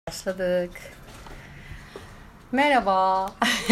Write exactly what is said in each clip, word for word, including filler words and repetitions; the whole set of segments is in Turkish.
Başladık. Merhaba.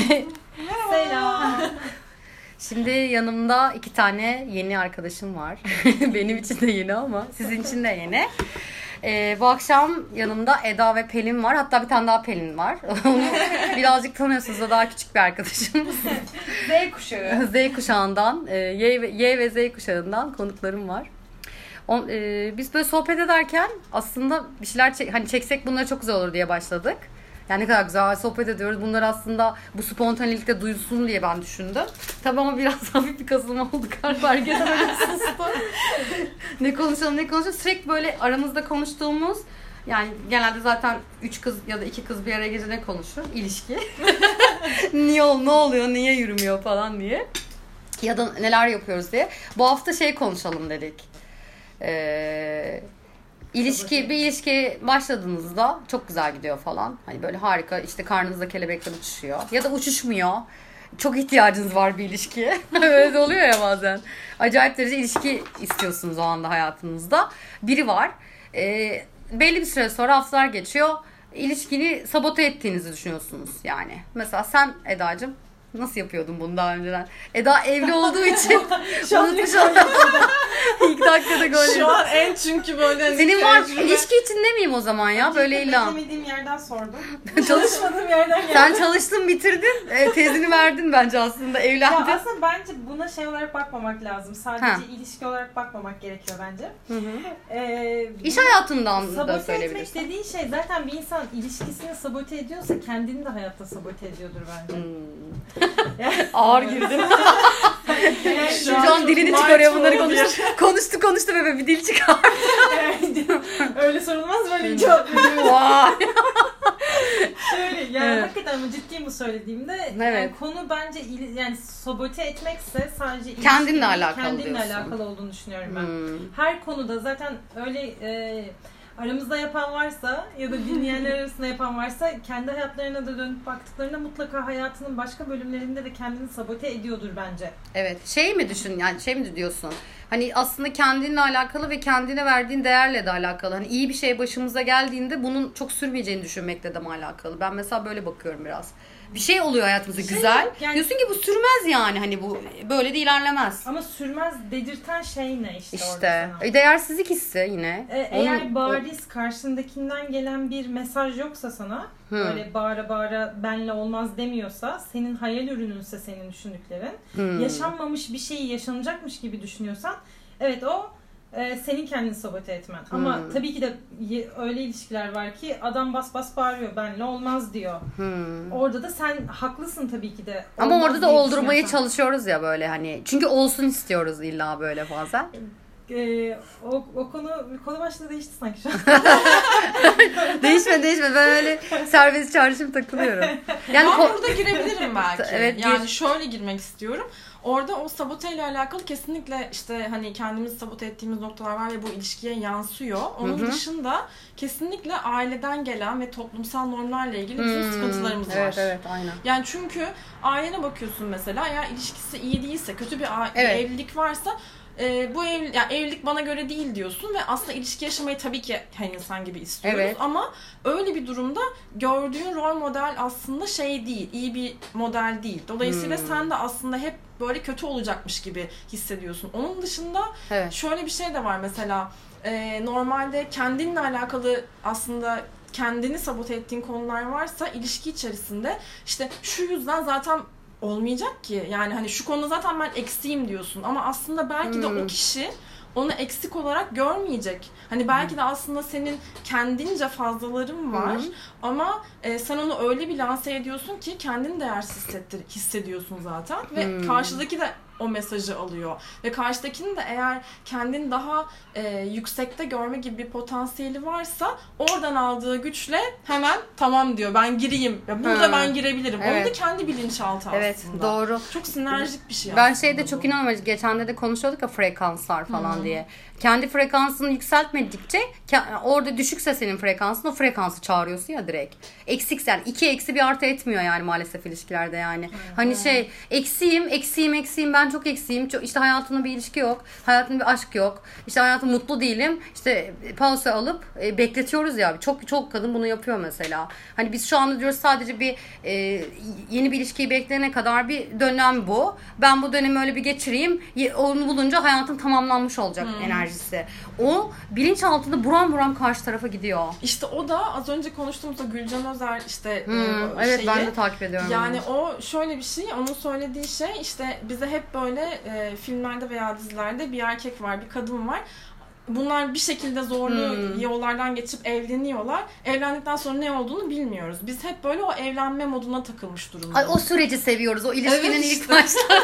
Selam. Şimdi yanımda iki tane yeni arkadaşım var. Benim için de yeni ama sizin için de yeni. Ee, bu akşam yanımda Eda ve Pelin var. Hatta bir tane daha Pelin var. Onu birazcık tanıyorsunuz da daha küçük bir arkadaşım. Z kuşağı. Z kuşağından, e, Y, ve, Y ve Z kuşağından konuklarım var. O, e, biz böyle sohbet ederken aslında bir şeyler çek, hani çeksek bunları çok güzel olur diye başladık. Yani ne kadar güzel sohbet ediyoruz. Bunlar aslında bu spontanelikte duyulsun diye ben düşündüm. Tabii ama biraz hafif bir kasılma oldu galiba. Herkes böyle sustu. Ne konuşalım ne konuşalım. Sürekli böyle aramızda konuştuğumuz, yani genelde zaten üç kız ya da iki kız bir araya gelince ne konuşur? İlişki. Niye ol, ne oluyor, niye yürümüyor falan diye. Ya da neler yapıyoruz diye. Bu hafta şey konuşalım dedik. Ee, ilişki bir ilişki başladığınızda çok güzel gidiyor falan. Hani böyle harika, işte karnınızda kelebekler uçuşuyor ya da uçuşmuyor. Çok ihtiyacınız var bir ilişkiye. Öyle de oluyor ya bazen. Acayip derece ilişki istiyorsunuz o anda hayatınızda. Biri var. Ee, belli bir süre sonra haftalar geçiyor. İlişkini sabote ettiğinizi düşünüyorsunuz yani. Mesela sen Eda'cığım nasıl yapıyordun bunu daha önceden? Eda evli olduğu için unutmuş oldum. İlk dakikada gol. Şu an en çünkü böyle... Hani senin var ilişki için demeyeyim o zaman ya. Böyle illa. Beklemediğim yerden sordum. Çalış... Çalışmadığım yerden geldim. Sen çalıştın bitirdin. E, tezini verdin bence aslında evlendin. Ya aslında bence buna şey olarak bakmamak lazım. Sadece ha. ilişki olarak bakmamak gerekiyor bence. Hı hı. Ee, İş hayatından da söyleyebilirsin. Sabote etmek dediğin şey zaten bir insan ilişkisini sabote ediyorsa kendini de hayatta sabote ediyordur bence. Hmm. Ağır girdim. Yani şu, şu an dilini çıkarıyor bunları konuştu. konuştu konuştu bebe bir dil çıkar. Öyle sorulmaz böyle cevap veriyorum. Vay. Şöyle yani evet. Hakikaten ama ciddiyim bu söylediğimde. Evet. Yani konu bence yani sabote etmekse sadece kendinle alakalı kendinle diyorsun. alakalı olduğunu düşünüyorum ben. Hmm. Her konuda zaten öyle e, aramızda yapan varsa ya da dinleyenler arasında yapan varsa kendi hayatlarına da dönüp baktıklarında mutlaka hayatının başka bölümlerinde de kendini sabote ediyordur bence. Evet. Şey mi düşün yani şey mi diyorsun? Hani aslında kendinle alakalı ve kendine verdiğin değerle de alakalı. Hani iyi bir şey başımıza geldiğinde bunun çok sürmeyeceğini düşünmekle de mi alakalı? Ben mesela böyle bakıyorum biraz. Bir şey oluyor hayatımızda şey, güzel. Yani, diyorsun ki bu sürmez yani hani bu böyle de ilerlemez. Ama sürmez dedirten şey ne işte, işte orada sana? E, değersizlik hissi yine. E, eğer Onun, bariz o... karşındakinden gelen bir mesaj yoksa sana hmm. böyle bağıra bağıra benle olmaz demiyorsa, senin hayal ürününse senin düşündüklerin, hmm. yaşanmamış bir şeyi yaşanacakmış gibi düşünüyorsan evet o Ee, senin kendini sabote etmen. Hmm. Ama tabii ki de öyle ilişkiler var ki adam bas bas bağırıyor benle olmaz diyor. Hmm. Orada da sen haklısın tabii ki de. Ama orada da oldurmaya çalışıyoruz ya böyle hani. Çünkü olsun istiyoruz illa böyle bazen. Ee, o, o konu konu başlığı değişti sanki şu an. değişme değişme ben öyle serbest çağrışım takılıyorum. Yani ben ko- burada girebilirim belki. Evet, yani gir. şöyle girmek istiyorum. Orada o sabote ile alakalı kesinlikle işte hani kendimizi sabote ettiğimiz noktalar var ve bu ilişkiye yansıyor. Onun Hı-hı. dışında kesinlikle aileden gelen ve toplumsal normlarla ilgili bizim hmm. sıkıntılarımız evet, var. Evet, aynen. Yani çünkü ailene bakıyorsun mesela, eğer ilişkisi iyi değilse, kötü bir, a- evet. bir evlilik varsa Ee, bu ev, yani evlilik bana göre değil diyorsun ve aslında ilişki yaşamayı tabii ki her insan gibi istiyoruz evet. ama öyle bir durumda gördüğün rol model aslında şey değil, iyi bir model değil. Dolayısıyla hmm. sen de aslında hep böyle kötü olacakmış gibi hissediyorsun. Onun dışında evet. şöyle bir şey de var mesela, e, normalde kendinle alakalı aslında kendini sabote ettiğin konular varsa ilişki içerisinde işte şu yüzden zaten olmayacak ki. Yani hani şu konuda zaten ben eksiğim diyorsun ama aslında belki hmm. de o kişi onu eksik olarak görmeyecek. Hani belki de aslında senin kendince fazlaların var hmm. ama e, sen onu öyle bir lanse ediyorsun ki kendini değersiz hissettir, hissediyorsun zaten ve hmm. karşıdaki de o mesajı alıyor. Ve karşıdakinin de eğer kendini daha e, yüksekte görme gibi bir potansiyeli varsa oradan aldığı güçle hemen tamam diyor, ben gireyim. Ya burada hmm. ben girebilirim. Evet. O da kendi bilinçaltı evet, aslında. Evet doğru. Çok sinerjik bir şey ben aslında. Ben şeyde çok inanmıyorum. Geçen de konuşuyorduk ya frekanslar falan hmm. diye. Kendi frekansını yükseltmedikçe orada düşükse senin frekansın, o frekansı çağırıyorsun ya direkt. Eksiksen yani iki eksi bir artı etmiyor yani maalesef ilişkilerde yani. Hmm. Hani şey eksiğim eksiğim eksiğim ben ben çok eksiğim, çok, işte hayatımda bir ilişki yok, hayatımda bir aşk yok, işte hayatım mutlu değilim, işte pausa alıp e, bekletiyoruz ya. Çok çok kadın bunu yapıyor mesela. Hani biz şu anda diyoruz sadece bir e, yeni bir ilişkiyi bekleyene kadar bir dönem bu. Ben bu dönemi öyle bir geçireyim, onu bulunca hayatım tamamlanmış olacak hmm. enerjisi. O bilinçaltında buram buram karşı tarafa gidiyor. İşte o da az önce konuştuğumuzda Gülcan Özer işte hmm, e, evet şeyi, ben de takip ediyorum. Yani onu. O şöyle bir şey, onun söylediği şey işte bize hep böyle e, filmlerde veya dizilerde bir erkek var, bir kadın var. Bunlar bir şekilde zorlu hmm. yollardan geçip evleniyorlar. Evlendikten sonra ne olduğunu bilmiyoruz. Biz hep böyle o evlenme moduna takılmış durumdayız. O süreci seviyoruz. O ilişkinin evet işte. ilk başta.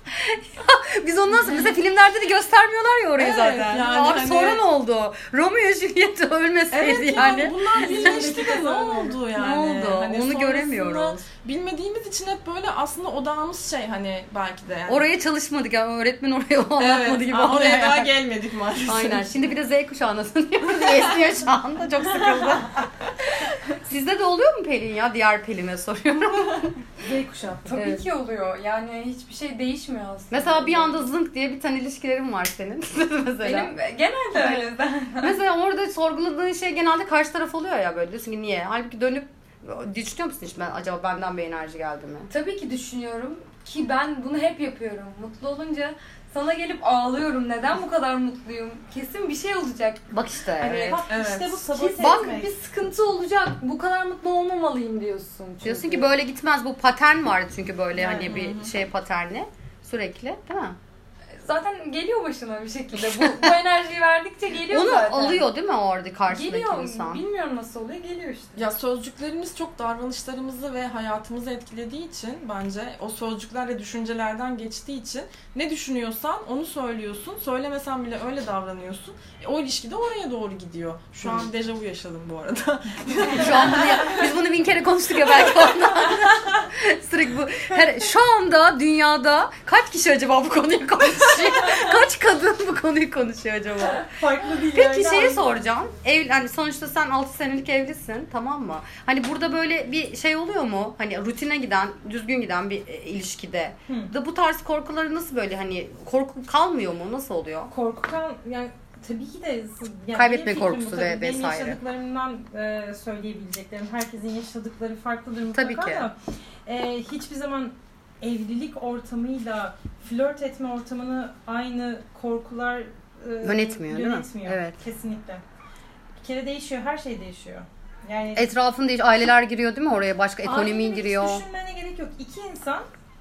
Biz ondan sonra mesela filmlerde de göstermiyorlar ya orayı evet, zaten. Yani abi hani... sonra ne oldu? Romeo Juliet ölmeseydi evet, yani. Evet bunlar birleşti de ne oldu yani? Ne oldu? Hani onu göremiyoruz. Bilmediğimiz için hep böyle aslında odağımız şey hani belki de yani. Oraya çalışmadık ya. Öğretmen oraya anlatmadı evet, gibi. Aa, oraya daha gelmedik maalesef. Aynen. Şimdi bir de Z kuşağına sanıyoruz. Esniyor şu anda. Çok sıkıldı. Sizde de oluyor mu Pelin ya? Diğer Pelin'e soruyorum. Z kuşağı. Tabii evet. ki oluyor. Yani hiçbir şey değişmiyor aslında. Mesela bir anda zınk diye bir tane ilişkilerin var senin. Mesela. Benim genelde öyle. Mesela orada sorguladığın şey genelde karşı taraf oluyor ya böyle. Diyorsun ki niye? Halbuki dönüp düşünüyor musun hiç ben acaba benden bir enerji geldi mi? Tabii ki düşünüyorum ki ben bunu hep yapıyorum. Mutlu olunca sana gelip ağlıyorum. Neden bu kadar mutluyum? Kesin bir şey olacak. Bak işte. Hani, evet. Bak evet. işte bu sabote etmek. Bak bir sıkıntı olacak. Bu kadar mutlu olmamalıyım diyorsun. Çünkü. Diyorsun ki böyle gitmez. Bu patern var çünkü böyle yani, hani bir şey paterni. Sürekli değil mi? Zaten geliyor başına bir şekilde. Bu, bu enerjiyi verdikçe geliyor onu zaten. Onu alıyor değil mi orada karşıdaki geliyor, insan? Bilmiyorum nasıl oluyor. Geliyor işte. Ya sözcüklerimiz çok davranışlarımızı ve hayatımızı etkilediği için bence o sözcüklerle düşüncelerden geçtiği için ne düşünüyorsan onu söylüyorsun. Söylemesen bile öyle davranıyorsun. E, o ilişki de oraya doğru gidiyor. Şu an dejavu yaşadım bu arada. Şu an bunu ya, biz bunu bin kere konuştuk ya belki ondan. Sürekli bu. Her, şu anda dünyada kaç kişi acaba bu konuyu konuşuyor? Kaç kadın bu konuyu konuşuyor acaba? Farklı değil. Peki yani. Şeyi soracağım. Ev, hani sonuçta sen altı senelik evlisin, tamam mı? Hani burada böyle bir şey oluyor mu? Hani rutine giden, düzgün giden bir e, ilişkide. Hı. Da bu tarz korkuları nasıl böyle hani korku kalmıyor mu? Nasıl oluyor? Korku kal yani tabii ki de yani kaybetme korkusu ve vesaire. Benim yaşadıklarımdan e, söyleyebileceklerim. Herkesin yaşadıkları farklıdır mutlaka. Tabii ki. Ama e, hiçbir zaman evlilik ortamıyla flört etme ortamını aynı korkular e, yönetmiyor, yönetmiyor. Değil mi? Evet. Kesinlikle. Bir kere değişiyor, her şey değişiyor. Yani etrafında değiş, aileler giriyor değil mi oraya? Başka ekonomi giriyor. Hiç düşünmene gerek yok. İki insan,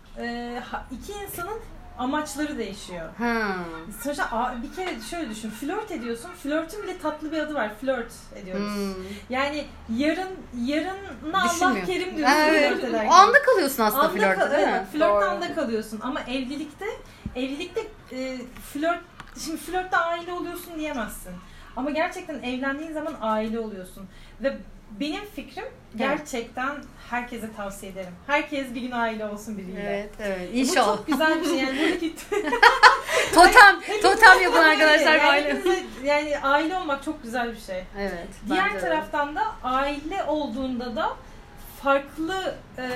e, iki insanın amaçları değişiyor. Hmm. Sonuçta bir kere şöyle düşün. Flört ediyorsun. Flörtün bile tatlı bir adı var. Flört ediyoruz. Hmm. Yani yarın yarınına Allah kerim diyorsun. Evet. Flört ederken. Anda kalıyorsun aslında anda flörtte kal- değil evet, mi? Flörtte anda kalıyorsun. Ama evlilikte evlilikte e, flört şimdi flörtte aile oluyorsun diyemezsin. Ama gerçekten evlendiğin zaman aile oluyorsun. Ve benim fikrim gerçekten herkese tavsiye ederim. Herkes bir gün aile olsun biriyle. Evet, evet. İnşallah. Bu çok güzel bir şey. Yani böyle git. totem, totem yapın arkadaşlar yani, aile. Yani aile olmak çok güzel bir şey. Evet. Diğer taraftan da aile olduğunda da farklı e,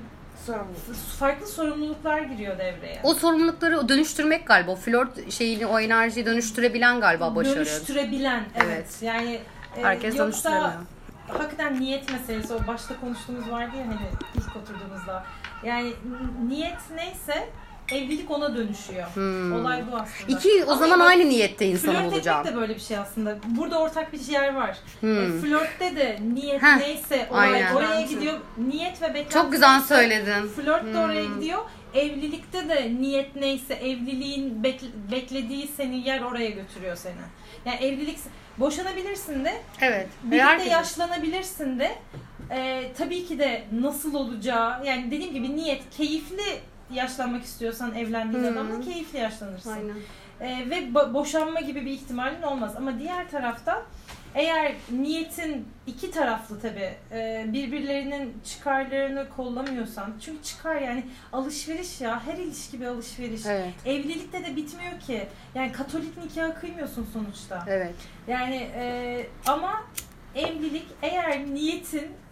farklı sorumluluklar giriyor devreye. O sorumlulukları dönüştürmek galiba. O flört şeyini, o enerjiyi dönüştürebilen galiba başarı. Dönüştürebilen, evet. evet. Yani herkes dönüştüremiyor. Hakikaten niyet meselesi, o başta konuştuğumuz vardı ya hani ilk oturduğumuzda. Yani niyet neyse evlilik ona dönüşüyor. Hmm. Olay bu aslında. İki o zaman aynı niyette insan flört olacağım. Flört etmek de böyle bir şey aslında. Burada ortak bir yer var. Hmm. E, flörtte de niyet Heh, neyse olay aynen. Oraya gidiyor. Niyet ve beklenti. Çok güzel neyse, söyledin. Flört de hmm. oraya gidiyor. Evlilikte de niyet neyse evliliğin bekle- beklediği seni yer oraya götürüyor seni. Yani evlilik boşanabilirsin de. Evet. Birlikte herkesin. Yaşlanabilirsin de. E, tabii ki de nasıl olacağı yani dediğim gibi niyet keyifli yaşlanmak istiyorsan evlendiğin hmm. adamla keyifli yaşlanırsın. Aynen. Ee, ve bo- boşanma gibi bir ihtimalin olmaz. Ama diğer tarafta eğer niyetin iki taraflı tabii e, birbirlerinin çıkarlarını kollamıyorsan çünkü çıkar yani alışveriş ya her ilişki bir alışveriş. Evet. Evlilikte de bitmiyor ki. Yani Katolik nikahı kıymıyorsun sonuçta. Evet. Yani e, ama evlilik eğer niyetin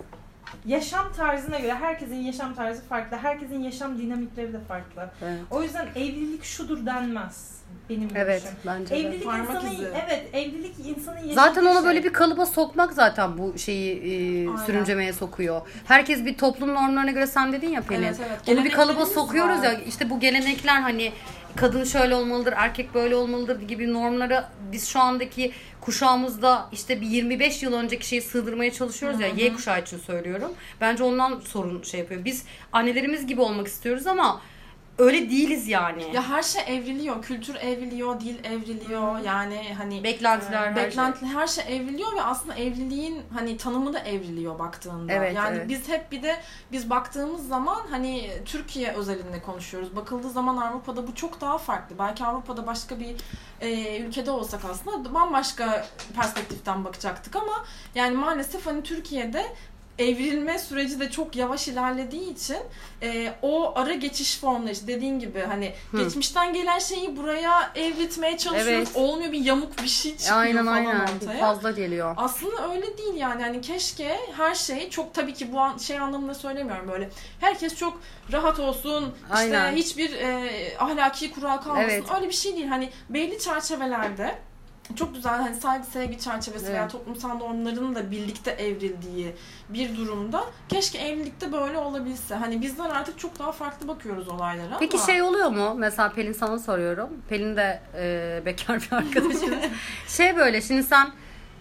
yaşam tarzına göre herkesin yaşam tarzı farklı. Herkesin yaşam dinamikleri de farklı. Evet. O yüzden evlilik şudur denmez. Benim görüşüm. Evet, bence de. Evlilik insanın, evet, evlilik insanın yaşadığı zaten onu şey. böyle bir kalıba sokmak zaten bu şeyi e, sürüncemeye sokuyor. Herkes bir toplum normlarına göre, sen dedin ya Pelin. Evet, evet. Onu bir kalıba sokuyoruz var. Ya işte bu gelenekler hani kadın şöyle olmalıdır, erkek böyle olmalıdır gibi normları biz şu andaki kuşağımızda işte bir yirmi beş yıl önceki şeyi sığdırmaya çalışıyoruz ya. Hı hı. Y kuşağı için söylüyorum. Bence ondan sorun şey yapıyor. Biz annelerimiz gibi olmak istiyoruz ama öyle değiliz yani. Ya her şey evriliyor. Kültür evriliyor, dil evriliyor. Yani hani beklentiler, e, beklentiler her şey. her şey evriliyor ve aslında evliliğin hani tanımı da evriliyor baktığında. Evet, yani evet. biz hep bir de biz baktığımız zaman hani Türkiye özelinde konuşuyoruz. Bakıldığı zaman Avrupa'da bu çok daha farklı. Belki Avrupa'da başka bir e, ülkede olsak aslında bambaşka perspektiften bakacaktık ama yani maalesef hani Türkiye'de evrilme süreci de çok yavaş ilerlediği için e, o ara geçiş formları işte dediğin gibi hani Hı. geçmişten gelen şeyi buraya evritmeye çalışıyoruz. Evet. Olmuyor, bir yamuk bir şey çıkıyor aynen, falan aynen. ortaya. Fazla geliyor. Aslında öyle değil yani. Yani keşke her şey çok, tabii ki bu an, şey anlamında söylemiyorum böyle. Herkes çok rahat olsun. Aynen. İşte hiçbir e, ahlaki kural kalmasın. Evet. Öyle bir şey değil. Hani belli çerçevelerde çok güzel hani saygı sevgi çerçevesi evet. veya toplumsal normların da birlikte evrildiği bir durumda keşke evlilikte böyle olabilse. Hani bizler artık çok daha farklı bakıyoruz olaylara. Peki ama... şey oluyor mu? Mesela Pelin sana soruyorum. Pelin de e, bekar bir arkadaşım. şey böyle şimdi sen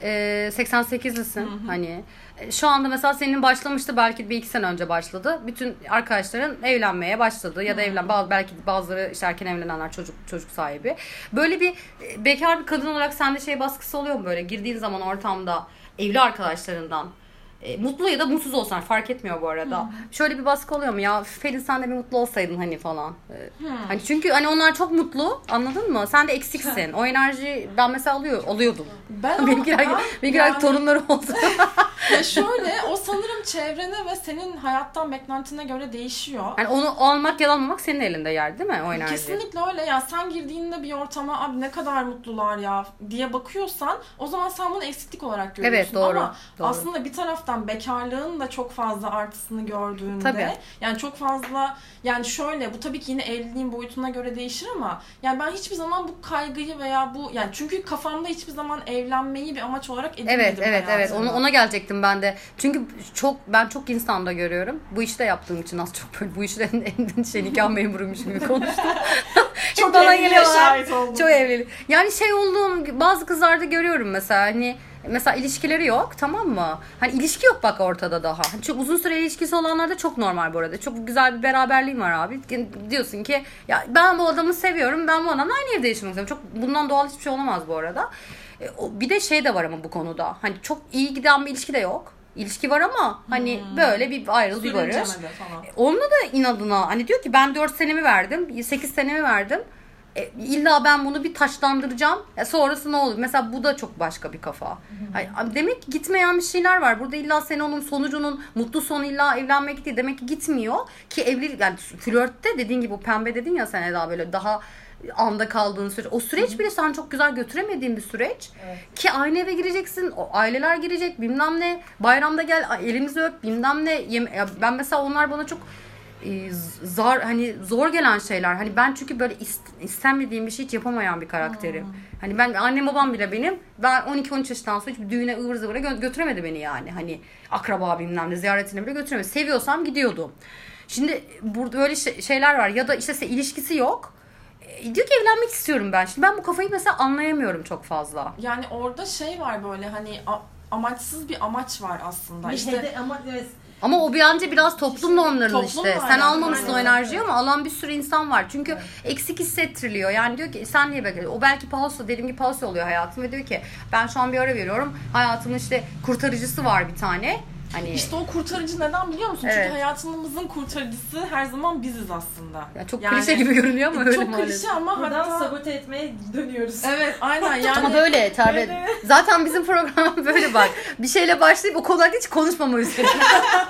e, seksen sekizlisin Hı-hı. hani şu anda mesela senin başlamıştı, belki bir iki sene önce başladı. Bütün arkadaşların evlenmeye başladı ya da hmm. evlen bazı belki bazıları işte erken evlenenler çocuk çocuk sahibi. Böyle bir bekar bir kadın olarak sende şey baskısı oluyor mu böyle girdiğin zaman ortamda evli arkadaşlarından? E, mutlu ya da mutsuz olsan fark etmiyor bu arada. Hmm. Şöyle bir baskı oluyor mu ya Pelin sen de bir mutlu olsaydın hani falan. E, hmm. Hani çünkü hani onlar çok mutlu, anladın mı? Sen de eksiksin. O enerji ben mesela alıyor alıyordum. Ben benimkiler ama, benimkiler yani... torunları oldu. Ya şöyle o sanırım çevrene ve senin hayattan beklentine göre değişiyor. Yani onu almak ya da almamak senin elinde yer değil mi o enerji? Kesinlikle öyle. Ya sen girdiğinde bir ortama abi ne kadar mutlular ya diye bakıyorsan o zaman sen bunu eksiklik olarak görüyorsun. Evet doğru. Ama doğru. aslında bir taraftan bekarlığın da çok fazla artısını gördüğünde tabii. yani çok fazla yani şöyle bu tabii ki yine evliliğin boyutuna göre değişir ama yani ben hiçbir zaman bu kaygıyı veya bu yani çünkü kafamda hiçbir zaman evlenmeyi bir amaç olarak edinmedim. Evet evet evet ona, ona gelecektim ben de. Çünkü çok ben çok insanda görüyorum. Bu işte yaptığım için az çok böyle bu işlerin en şey nikah memuruymuş gibi konuştum. çok bana geliyorlar. Çok evli. Yani şey olduğum bazı kızlarda görüyorum mesela hani mesela ilişkileri yok, tamam mı? Hani ilişki yok bak ortada daha. Hani çok uzun süre ilişkisi olanlarda çok normal bu arada. Çok güzel bir beraberliğim var abi. Diyorsun ki ya ben bu adamı seviyorum. Ben bu adamla aynı evde yaşamak istiyorum. Çok bundan doğal hiçbir şey olamaz bu arada. Bir de şey de var ama bu konuda. Hani çok iyi giden bir ilişki de yok. İlişki var ama hani hmm. böyle bir ayrıl bir barış. Onunla da inadına hani diyor ki ben dört senemi verdim, sekiz senemi verdim. E, illa ben bunu bir taşlandıracağım. E, sonrası ne olur? Mesela bu da çok başka bir kafa. Hı hı. Yani, demek ki gitmeyen bir şeyler var. Burada illa senin onun sonucunun mutlu sonu illa evlenmek değil. Demek ki gitmiyor. Ki evlilik yani flörtte dediğin gibi o pembe dedin ya sen Eda böyle daha anda kaldığın süreç. O süreç Hı-hı. bile sen çok güzel götüremediğin bir süreç. Evet. Ki aynı eve gireceksin. O aileler girecek. Bilmem ne. Bayramda gel elimizi öp. Bilmem ne. Yeme- ya ben mesela onlar bana çok zor hani zor gelen şeyler. Hani ben çünkü böyle ist- istemediğim bir şey hiç yapamayan bir karakterim. Hmm. Hani ben annem babam bile benim ben on iki on üç yaşından sonra hiçbir düğüne ıvır zıvıra gö- götüremedi beni yani. Hani akraba bilmem ne ziyaretine bile götüremedi. Seviyorsam gidiyordum. Şimdi burada böyle şey- şeyler var ya da işte ilişkisi yok. E, diyor ki evlenmek istiyorum ben. Şimdi ben bu kafayı mesela anlayamıyorum çok fazla. Yani orada şey var böyle hani a- amaçsız bir amaç var aslında. Bir işte de ama evet. Ama o bir anca biraz toplum normlarının toplum işte. Sen almamışsın o enerjiyi ama alan bir sürü insan var. Çünkü evet. eksik hissettiriliyor. Yani diyor ki sen niye bekliyorsun? O belki pausa, dediğim gibi pausa oluyor hayatım ve diyor ki ben şu an bir ara veriyorum. Hayatımın işte kurtarıcısı var bir tane. Hani... İşte o kurtarıcı neden biliyor musun? Evet. Çünkü hayatımızın kurtarıcısı her zaman biziz aslında. Ya çok yani, klişe gibi görünüyor ama öyle çok maalesef. Klişe ama buradan hatta... sabote etmeye dönüyoruz. Evet aynen yani. Ama böyle tabii. Zaten bizim program böyle bak. Bir şeyle başlayıp o konularda hiç konuşmama üzerine.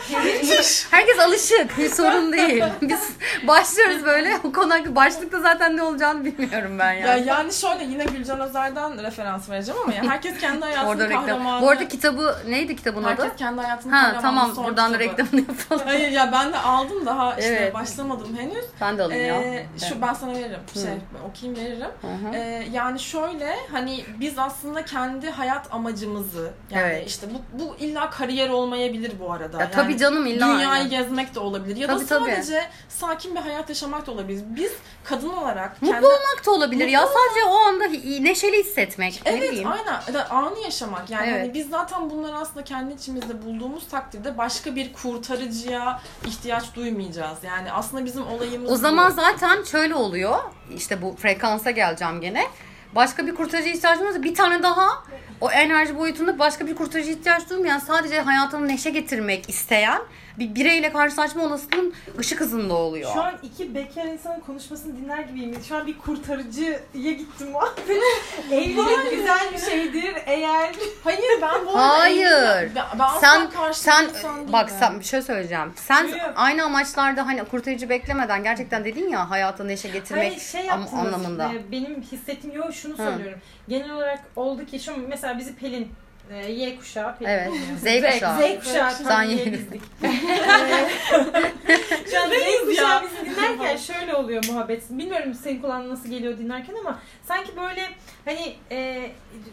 Herkes alışık. Bir sorun değil. Biz başlıyoruz böyle. O konu hakkında başlıkta zaten ne olacağını bilmiyorum ben yani. Ya yani şöyle yine Gülcan Özer'den referans vereceğim ama ya herkes kendi hayatının kahramanı. Bu arada kitabı neydi kitabın herkes adı? Herkes kendi hayatının ha, kahramanı. Tamam son buradan kitabı. da reklamını yapalım. Hayır ya ben de aldım daha işte evet. başlamadım henüz. Ben de alayım ee, ya. Şu evet. ben sana veririm. Şey ben okuyayım veririm. Ee, yani şöyle hani biz aslında kendi hayat amacımızı yani evet. işte bu, bu illa kariyer olmayabilir bu arada. Ya, yani tabii canım illa. Dünyayı yani. gezmek de olabilir ya tabii, da sadece tabii. sakin bir hayat yaşamak da olabilir. Biz kadın olarak mutlu kendi... olmak da olabilir mutlu ya sadece o anda neşeli hissetmek. Evet aynen anı yaşamak yani evet. hani biz zaten bunları aslında kendi içimizde bulduğumuz takdirde başka bir kurtarıcıya ihtiyaç duymayacağız. Yani aslında bizim olayımız o zaman bu. Zaten şöyle oluyor işte bu frekansa geleceğim gene. Başka bir kurtarıcıya ihtiyacımız var. Bir tane daha o enerji boyutunda başka bir kurtarıcıya ihtiyaç duymayan sadece hayatına neşe getirmek isteyen bir bireyle karşılaşma olasılığın ışık hızında oluyor. Şu an iki bekar insanın konuşmasını dinler gibiyim. Şu an bir kurtarıcıya gittim. Evlilik güzel bir şeydir eğer... Hayır ben bu Hayır. Ben, ben sen sen bak değilim. sen bir şey söyleyeceğim. Sen Buyurun. aynı amaçlarda hani kurtarıcı beklemeden gerçekten dedin ya hayata neşe getirmek Hayır, şey am- anlamında. Benim hissettiğim yok şunu söylüyorum. Genel olarak oldu ki şu mesela bizi Pelin Y kuşağı. Pelin, evet. Z kuşağı. Z kuşağı. Sen yenildik. Şu an Z kuşağı bizi dinlerken şöyle oluyor muhabbet. Bilmiyorum senin kulağına nasıl geliyor dinlerken ama sanki böyle hani e,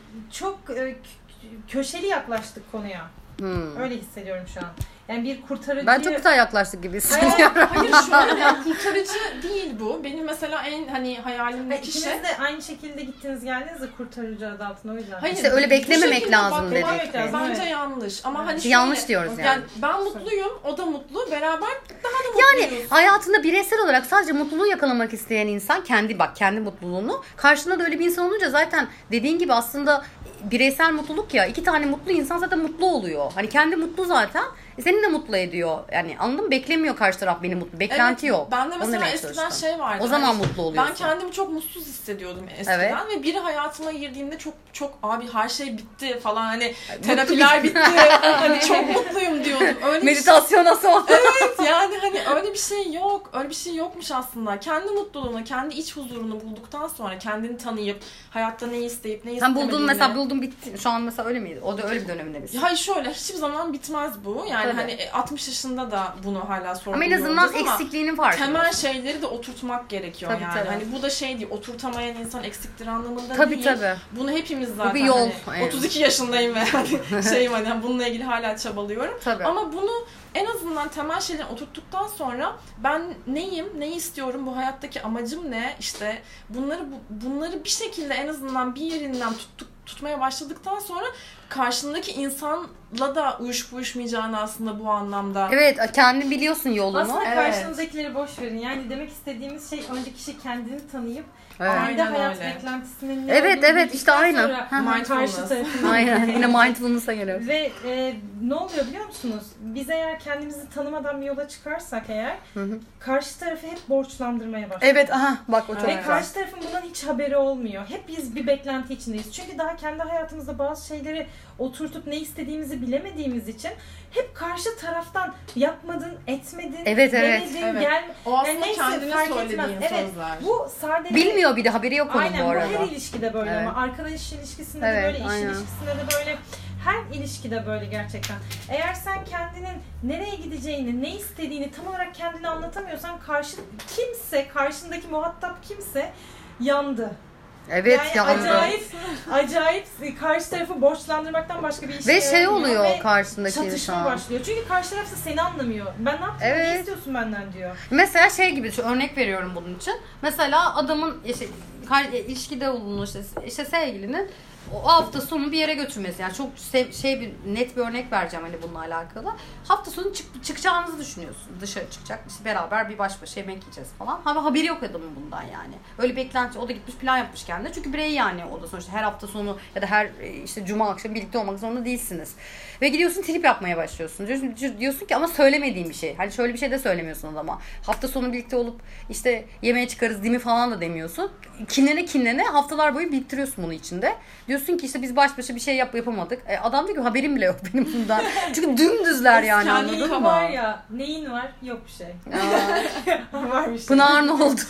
çok e, köşeli yaklaştık konuya. Hmm. Öyle hissediyorum şu an. Yani bir kurtarıcı... Ben çok güzel yaklaştık gibi hissediyorum. Hayır, hayır şöyle kurtarıcı değil bu. Benim mesela en hani hayalimdeki şey... İkiniz de aynı şekilde gittiniz geldiniz de kurtarıcı adı altında o yüzden. Hayır, işte öyle beklememek lazım dedik. Lazım. Bence evet. yanlış. Ama hani şöyle, yanlış diyoruz yani. yani. Ben mutluyum, o da mutlu. Beraber daha da mutluyuz. Yani hayatında bireysel olarak sadece mutluluğu yakalamak isteyen insan kendi bak kendi mutluluğunu karşında da öyle bir insan olunca zaten dediğin gibi aslında bireysel mutluluk ya iki tane mutlu insan zaten mutlu oluyor. Hani kendi mutlu zaten seni de mutlu ediyor. Yani anladın mı? Beklemiyor karşı taraf beni mutlu. Beklenti evet, yok. Ben de mesela eskiden şey vardı. O zaman hani, mutlu oluyorsun. Ben kendimi çok mutsuz hissediyordum eskiden evet. ve biri hayatıma girdiğimde çok çok abi her şey bitti falan hani terapiler bitti. Hani çok mutluyum diyordum. Öyle meditasyona şey... son. Evet yani hani öyle bir şey yok. Öyle bir şey yokmuş aslında. Kendi mutluluğunu, kendi iç huzurunu bulduktan sonra kendini tanıyıp hayatta ne isteyip ne istemediğini. Sen buldun mesela buldun bitti. Şu an mesela öyle miydi? O da öyle bir döneminde misin? Hayır şöyle hiçbir zaman bitmez bu. Yani tabii. Hani altmış yaşında da bunu hala sorguluyoruz ama en azından eksikliğinin farkında. Temel şeyleri de oturtmak gerekiyor tabii, yani. Tabii. Hani bu da şey değil, oturtamayan insan eksiktir anlamında tabii, değil. Tabii tabii. Bunu hepimiz zaten. Bu bir yol. Hani, otuz iki yaşındayım ve yani şeyim hani bununla ilgili hala çabalıyorum. Tabii. Ama bunu en azından temel şeyleri oturttuktan sonra ben neyim, ne istiyorum, bu hayattaki amacım ne, işte bunları bunları bir şekilde en azından bir yerinden tuttuk tutmaya başladıktan sonra karşındaki insanla da uyuşup uyuşmayacağını aslında bu anlamda. Evet, kendin biliyorsun yolunu. Aslında evet. karşınızdakileri boş verin. Yani demek istediğimiz şey önce kişi kendini tanıyıp evet. kendi hayat öyle. Beklentisinin ne evet, evet, işte aynen. Karşı aynen. Yine mindfulness'a geliyoruz. Ve e, ne oluyor biliyor musunuz? Biz eğer kendimizi tanımadan bir yola çıkarsak eğer hı hı. karşı tarafı hep borçlandırmaya başlıyoruz. Evet, aha bak o çok Ve karşı tarafın bundan hiç haberi olmuyor. Hep biz bir beklenti içindeyiz. Çünkü daha kendi hayatımızda bazı şeyleri oturtup ne istediğimizi bilemediğimiz için hep karşı taraftan yapmadın, etmedin, evet, evet, demedin, evet. gel. O aslında yani kendine söylediğin evet, sözler. Bu sadece bilmiyor bir de haberi yok onun aynen, bu arada. Aynen bu her ilişkide böyle evet. ama arkadaş ilişkisinde evet, de böyle, iş aynen. ilişkisinde de böyle, her ilişkide böyle gerçekten. Eğer sen kendinin nereye gideceğini, ne istediğini tam olarak kendine anlatamıyorsan karşı kimse, karşındaki muhatap kimse yandı. Evet yani acayip acayip karşı tarafı borçlandırmaktan başka bir iş ve şey oluyor ve karşındaki çatışma insan. başlıyor. Çünkü karşı taraf seni anlamıyor. Ben ne yaptım? Evet. Ne istiyorsun benden diyor. Mesela şey gibi şu örnek veriyorum bunun için. Mesela adamın işte ilişkide olduğunu işte, işte sevgilinin o hafta sonu bir yere götürmesi. Yani çok sev, şey bir net bir örnek vereceğim hani bununla alakalı. Hafta sonu çık, çıkacağınızı düşünüyorsun. Dışarı çıkacak. İşte beraber bir baş başa yemek yiyeceğiz falan. Ama haberi yok adamın bundan yani. Öyle beklenti. O da gitmiş plan yapmış kendine. Çünkü birey yani o da sonuçta her hafta sonu ya da her işte cuma akşamı birlikte olmak zorunda değilsiniz. Ve gidiyorsun trip yapmaya başlıyorsun. Diyorsun, diyorsun ki ama söylemediğin bir şey. Hani şöyle bir şey de söylemiyorsun adama. Hafta sonu birlikte olup işte yemeğe çıkarız değil mi falan da demiyorsun. Kinlene kinlene haftalar boyu biriktiriyorsun bunu içinde. Diyorsun diyorsun ki işte biz baş başa bir şey yap yapamadık. E, adam diyor ki haberim bile yok benim bundan. Çünkü dümdüzler yani, anladın mı? Var ya, neyin var? Yok bir şey. Var bir şey. Pınar ne oldu?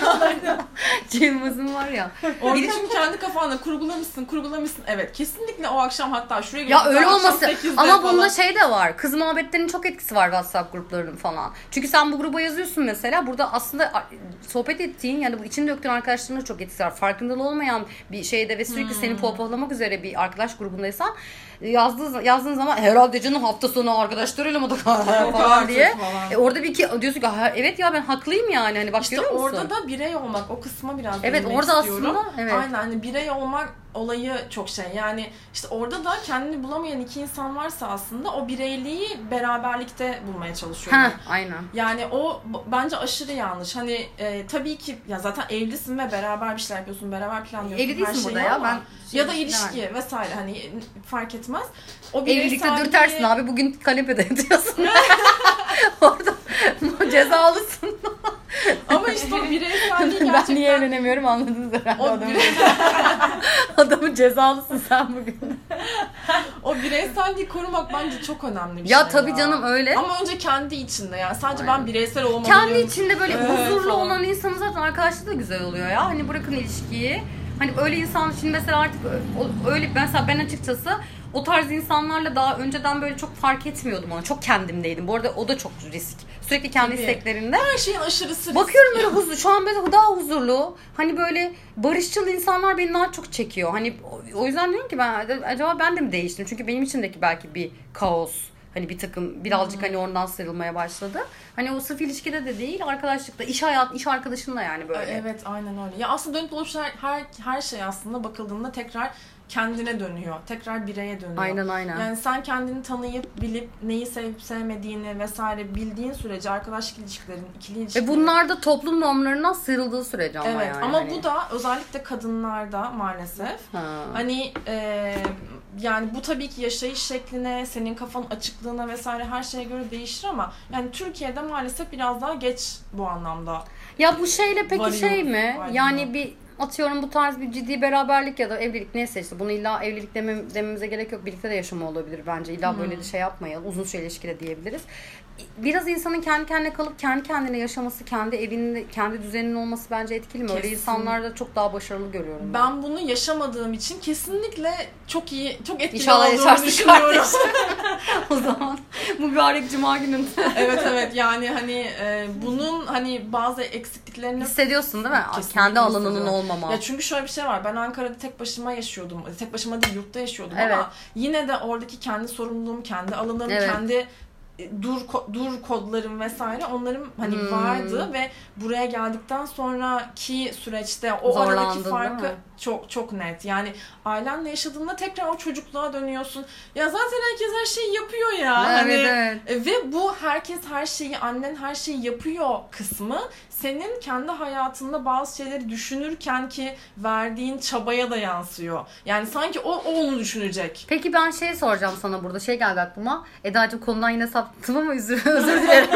Cemaz'ın var ya. Orada çünkü kendi kafanda kurgulamışsın, kurgulamışsın. Evet, kesinlikle o akşam hatta şuraya ya öyle olmasın. Ama falan. bunda şey de var. Kız muhabbetlerinin çok etkisi var WhatsApp gruplarının falan. Çünkü sen bu gruba yazıyorsun mesela. Burada aslında sohbet ettiğin, yani bu içini döktüğün arkadaşlarına çok etkisi var. Farkındalığı olmayan bir şeyde ve sürekli hmm. seni pohpohlamak üzere bir arkadaş grubundaysan yazdığı, yazdığın zaman herhalde canım hafta sonu arkadaşlarıyla mı da falan diye. Falan. E orada bir iki diyorsun ki evet ya ben haklıyım yani. Hani bak, işte görüyor musun? orada da birey olmak, o kısma biraz evet, orada istiyorum. Aslında evet. Aynen, hani birey olmak olayı çok şey. Yani işte orada da kendini bulamayan iki insan varsa aslında o bireyliği beraberlikte bulmaya çalışıyorlar. Heh, aynen. Yani o bence aşırı yanlış. Hani e, tabii ki ya zaten evlisin ve beraber bir şeyler yapıyorsun, beraber planlıyorsun. Evli değilsin burada ya. Ben ya da ilişki yani. Vesaire hani fark etmez. O evlilikte dürtersin abi. Bugün kanepede yatıyorsun. Orada cezalısın. Ama işte o bireyselliği gerçekten... Ben niye evlenemiyorum anladınız herhalde o adamı. Adamın cezalısın sen bugün. O bireyselliği korumak bence çok önemli bir ya, şey. Tabii ya tabii canım öyle. Ama önce kendi içinde yani. Sadece Aynen. ben bireysel olmalıyım. Kendi içinde böyle evet, huzurlu falan. Olan insanın zaten arkadaşlığı da güzel oluyor ya. Hani bırakın ilişkiyi. Hani öyle insan şimdi mesela artık öyle, mesela ben açıkçası o tarz insanlarla daha önceden böyle çok fark etmiyordum onu. Çok kendimdeydim. Bu arada o da çok risk. Sürekli kendi Tabii. isteklerinde. Her şeyin aşırısı risk. Bakıyorum böyle huzur. Şu an böyle daha huzurlu. Hani böyle barışçıl insanlar beni daha çok çekiyor. Hani o yüzden diyorum ki ben acaba ben de mi değiştim? Çünkü benim içimdeki belki bir kaos. Hani bir takım birazcık hmm. hani ondan sıyrılmaya başladı. Hani o sırf ilişkide de değil, arkadaşlıkta, iş hayat, iş arkadaşınla yani böyle. Evet, aynen öyle. Ya aslında dönüp dolaşıp her, her her şey aslında bakıldığında tekrar kendine dönüyor. Tekrar bireye dönüyor. Aynen aynen. Yani sen kendini tanıyıp bilip neyi sevip sevmediğini vesaire bildiğin sürece arkadaşlık ilişkilerin, ikili ilişkilerin. Ve bunlar da toplum normlarından sıyrıldığı sürece ama evet, yani. Ama hani. bu da özellikle kadınlarda maalesef. Ha. Hani e, yani bu tabii ki yaşayış şekline, senin kafanın açıklığına vesaire her şeye göre değişir ama yani Türkiye'de maalesef biraz daha geç bu anlamda. Ya bu şeyle peki varıyor, şey mi? Varıyor. Yani bir atıyorum bu tarz bir ciddi beraberlik ya da evlilik neyse işte bunu illa evlilik demem, dememize gerek yok. Birlikte de yaşama olabilir bence. İlla hmm. böyle de şey yapmayalım. Uzun süre ilişkide diyebiliriz. Biraz insanın kendi kendine kalıp kendi kendine yaşaması, kendi evinde, kendi düzeninin olması bence etkili mi? Kesin. Öyle insanlarda çok daha başarılı görüyorum. Ben, ben bunu yaşamadığım için kesinlikle çok iyi, çok etkili İnşallah olduğunu düşünüyorum. O zaman mübarek cuma gününde. Evet evet yani hani e, bunun hani bazı eksikliklerini hissediyorsun değil mi? Kendi alanının olmama. Ya çünkü şöyle bir şey var. Ben Ankara'da tek başıma yaşıyordum. Tek başıma değil, yurtta yaşıyordum evet. ama yine de oradaki kendi sorumluluğum, kendi alanım, evet. kendi dur dur kodlarım vesaire onların hani hmm. vardı ve buraya geldikten sonraki süreçte o Zorlandın, aradaki farkı çok çok net. Yani ailenle yaşadığında tekrar o çocukluğa dönüyorsun. Ya zaten herkes her şeyi yapıyor ya. Evet, hani, evet. Ve bu herkes her şeyi, annen her şeyi yapıyor kısmı senin kendi hayatında bazı şeyleri düşünürken ki verdiğin çabaya da yansıyor. Yani sanki o, o onu düşünecek. Peki ben şey soracağım sana burada. Şey geldi aklıma. Eda'cığım konudan yine saptım ama özür, özür dilerim.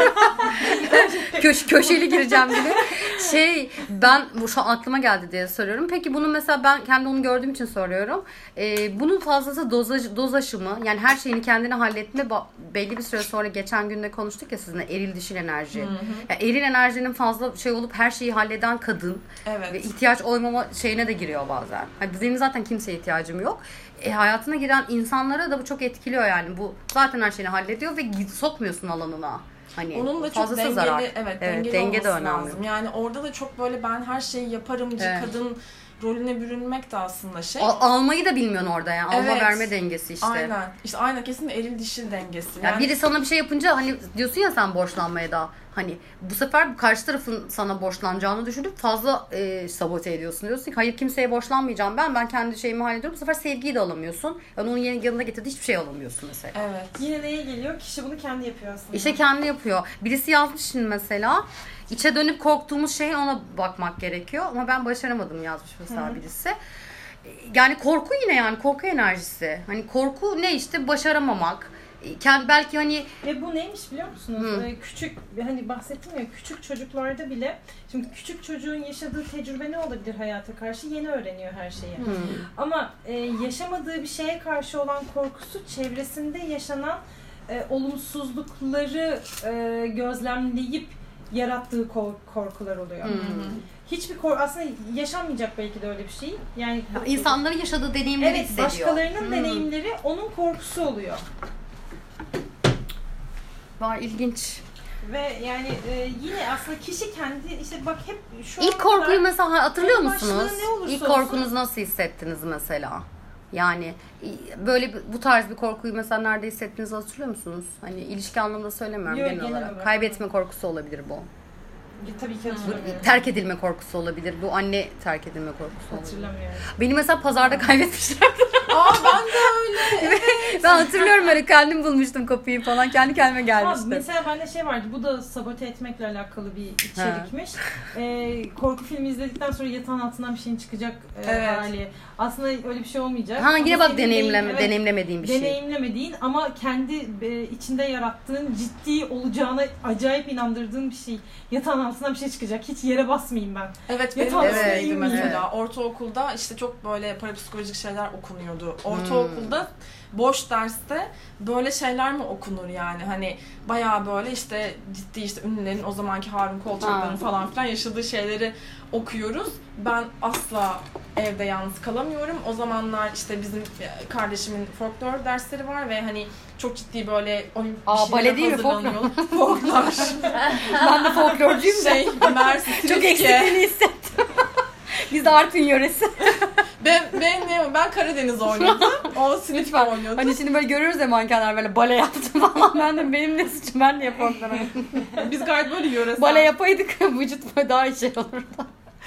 Köş, köşeli gireceğim gibi. Şey ben bu şu an aklıma geldi diye soruyorum. Peki bunu mesela ben kendi onu gördüğüm için soruyorum. Ee, bunun fazlası dozaj, doz aşımı yani her şeyini kendine halletme belli bir süre sonra geçen günde konuştuk ya sizinle eril dişil enerji. Hı hı. Yani eril enerjinin fazla şey olup her şeyi halleden kadın evet. ve ihtiyaç oymama şeyine de giriyor bazen. Hani benim zaten kimseye ihtiyacım yok. E, hayatına giren insanlara da bu çok etkiliyor yani. Bu zaten her şeyini hallediyor ve sokmuyorsun alanına. Hani onun da çok dengeli, zarar. evet, evet dengeli denge de önemli. Lazım. Yani orada da çok böyle ben her şeyi yaparımcı evet. kadın rolüne bürünmek de aslında şey. Al, almayı da bilmiyorsun orada yani. Evet. Alma verme dengesi işte. Aynen. İşte aynen kesinlikle eril dişil dengesi. Yani, yani biri sana bir şey yapınca hani diyorsun ya sen borçlanmaya da hani bu sefer karşı tarafın sana borçlanacağını düşünüp fazla e, sabote ediyorsun. Diyorsun ki hayır kimseye borçlanmayacağım ben. Ben kendi şeyimi hallediyorum. Bu sefer sevgiyi de alamıyorsun. Yani onun yanına getirdiği hiçbir şey alamıyorsun mesela. Evet. Yine neye geliyor? Kişi bunu kendi yapıyor aslında. İşte kendi yapıyor. Birisi yazmış şimdi mesela. İçe dönüp korktuğumuz şey ona bakmak gerekiyor. Ama ben başaramadım yazmış mesela Hı-hı. birisi. Yani korku yine yani korku enerjisi. Hani korku ne işte başaramamak. kendi belki hani ve bu neymiş biliyor musunuz? Hı. Küçük hani bahsettim ya, küçük çocuklarda bile şimdi küçük çocuğun yaşadığı tecrübe ne olabilir hayata karşı? Yeni öğreniyor her şeyi. Hı. Ama e, yaşamadığı bir şeye karşı olan korkusu çevresinde yaşanan e, olumsuzlukları e, gözlemleyip yarattığı korkular oluyor. Hı hı. Hiçbir korku aslında yaşanmayacak belki de öyle bir şey. Yani insanların yaşadığı deneyimleri evet, hissediyor. Başkalarının hmm. deneyimleri onun korkusu oluyor. Var ilginç. Ve yani e, yine aslında kişi kendi işte bak hep şu İlk korkuyu mesela hatırlıyor musunuz? İlk korkunuz olsun. nasıl hissettiniz mesela? Yani böyle bu tarz bir korkuyu mesela nerede hissettiğinizi hatırlıyor musunuz? Hani ilişki anlamında söylemiyorum. Yok, genel, genel olarak. olarak. Kaybetme korkusu olabilir bu. Tabii ki hatırlamıyorum. Terk edilme korkusu olabilir. Bu anne terk edilme korkusu olabilir. Hatırlamıyorum. Beni mesela pazarda kaybetmişlerdi. Aa ben de öyle. Evet. Ben hatırlıyorum böyle kendim bulmuştum kapıyı falan. Kendi kendime gelmiştim. Ha, mesela bende şey vardı. Bu da sabote etmekle alakalı bir içerikmiş. Ee, korku filmi izledikten sonra yatağın altından bir şeyin çıkacak e, evet. hali. Aslında öyle bir şey olmayacak. Ha yine bak deneyimleme, evet, deneyimlemediğin bir şey. Deneyimlemediğin ama kendi e, içinde yarattığın ciddi olacağına acayip inandırdığın bir şey. Yatağın altından bir şey çıkacak. Hiç yere basmayayım ben. Evet benim de öyleydi mesela. Evet. Ortaokulda işte çok böyle parapsikolojik şeyler okunuyordu. Ortaokulda hmm. boş derste böyle şeyler mi okunur yani? Hani bayağı böyle işte ciddi işte ünlülerin o zamanki Harun Kolçaklar'ın falan filan yaşadığı şeyleri okuyoruz. Ben asla evde yalnız kalamıyorum. O zamanlar işte bizim kardeşimin folklor dersleri var ve hani çok ciddi böyle oyun Aa, bale değil mi folklor? Folklor. Ben de folklorcuyum da. Şey, Mersi, çok eksikliğini hissettim. Biz de Artvin yöresi. ben ben ne ben Karadeniz oynuyordum. O Silifke oynuyordu. Hani şimdi böyle görüyoruz ya mankenler böyle bale yaptı falan. Ben de benim ne suçum, ben de yapamam. Biz gayet böyle yöresel. Bale yapaydık vücut böyle daha iyi şey olurdu.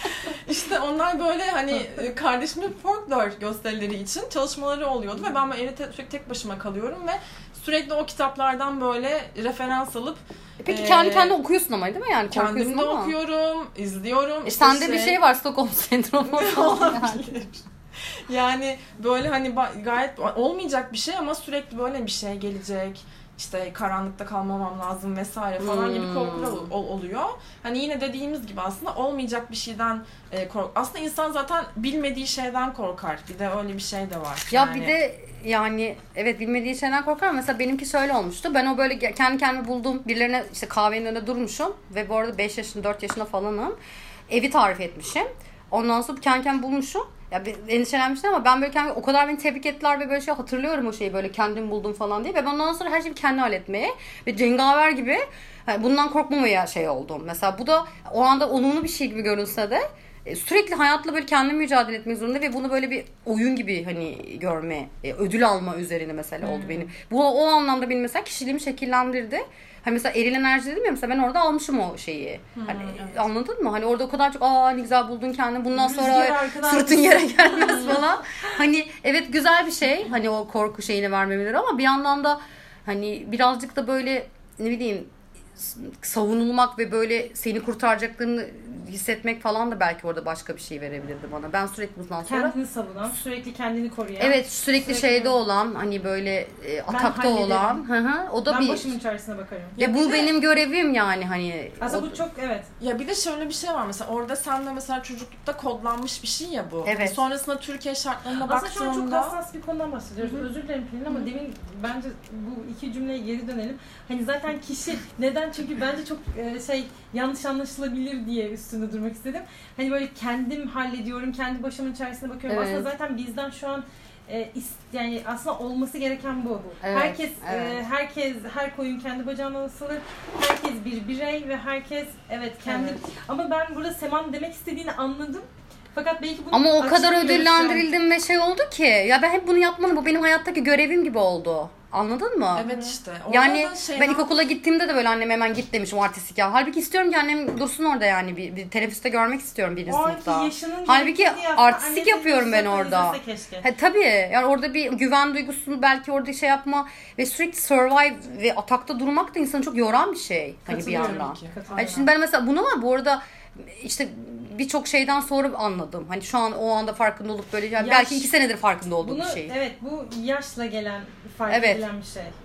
İşte onlar böyle hani kardeşimin folklor gösterileri için çalışmaları oluyordu ve ben böyle evde sürekli tek başıma kalıyorum ve sürekli o kitaplardan böyle referans alıp peki kendi e, kendine okuyorsun ama değil mi yani? Kendim de ama. okuyorum, izliyorum. E işte sende şey... bir şey var, Stockholm sendromu falan. Yani. Yani böyle hani gayet olmayacak bir şey ama sürekli böyle bir şey gelecek. İşte karanlıkta kalmamam lazım vesaire falan hmm. gibi korkular ol, oluyor. Hani yine dediğimiz gibi aslında olmayacak bir şeyden e, kork. Aslında insan zaten bilmediği şeyden korkar. Bir de öyle bir şey de var. Ya yani. Bir de yani evet bilmediği şeyden korkar. Mesela benimki şöyle olmuştu. Ben o böyle kendi kendime bulduğum birilerine işte kahvenin önünde durmuşum ve bu arada beş yaşında dört yaşında falanım. Evi tarif etmişim. Ondan sonra kendi kendime bulmuşum. Ya endişelenmiştim ama ben böyle kendim, o kadar beni tebrik ettiler ve böyle şey hatırlıyorum o şeyi böyle kendim buldum falan diye ve ben ondan sonra her şeyi kendi halletmeye ve cengaver gibi yani bundan korkmamaya şey oldum. Mesela bu da o anda olumlu bir şey gibi görünse de sürekli hayatla böyle kendim mücadele etmek zorunda ve bunu böyle bir oyun gibi hani görme, ödül alma üzerine mesela oldu hmm. benim. Bu o anlamda benim mesela kişiliğimi şekillendirdi. Hani mesela eril enerji dedim ya mesela ben orada almışım o şeyi. Hmm, hani evet. Anladın mı? Hani orada o kadar çok aa ne güzel buldun kendini. Bundan sonra sırtın yere gelmez falan. Hani evet güzel bir şey. Hani o korku şeyini vermemeleri ama bir yandan da hani birazcık da böyle ne bileyim savunulmak ve böyle seni kurtaracaklarını hissetmek falan da belki orada başka bir şey verebilirdi bana. Ben sürekli bundan sonra kendini savunan, sürekli kendini koruyan. Evet, sürekli, sürekli şeyde olan, hani böyle e, atakta olan. Hı hı. O da ben bir başımın çaresine bakarım. Ya, ya bu de, benim görevim yani hani. Aslında o, bu çok evet. Ya bir de şöyle bir şey var mesela orada sende mesela çocuklukta kodlanmış bir şey ya bu. Evet. Sonrasında Türkiye şartlarına aslında baktığında. Aslında şu an çok hassas bir konudan bahsediyoruz. Hı-hı. Özür dilerim Pelin ama Hı-hı. demin bence bu iki cümleye geri dönelim. Hani zaten kişi neden çünkü bence çok şey yanlış anlaşılabilir diye üstünde durmak istedim. Hani böyle kendim hallediyorum, kendi başımın içerisine bakıyorum. Evet. Aslında zaten bizden şu an e, ist, yani aslında olması gereken bu. Evet, herkes evet. E, herkes her koyun kendi bacağına asılır. Herkes bir birey ve herkes evet kendi. Evet. Ama ben burada Sema'nın demek istediğini anladım. Fakat belki bunu ama o kadar ödüllendirildim ve şey oldu ki ya ben hep bunu yapmadım. Bu benim hayattaki görevim gibi oldu. Anladın mı? Evet işte. Orada yani şeyden... ben ilkokula gittiğimde de böyle annem hemen git demiş o artistik ya. Halbuki istiyorum ki annem dursun orada yani bir, bir teneffüste görmek istiyorum birinci sınıfta. Halbuki artistik yapıyorum ben orada. Ha, tabii yani orada bir güven duygusunu belki orada şey yapma ve sürekli survive ve atakta durmak da insanı çok yoran bir şey. Hani bir yandan. Yani şimdi ben mesela bunu ama bu arada işte birçok şeyden sonra anladım. Hani şu an o anda farkında olup böyle yani belki iki senedir farkında olduğum bunu, bir şey. Evet bu yaşla gelen fark evet. edilen bir şey.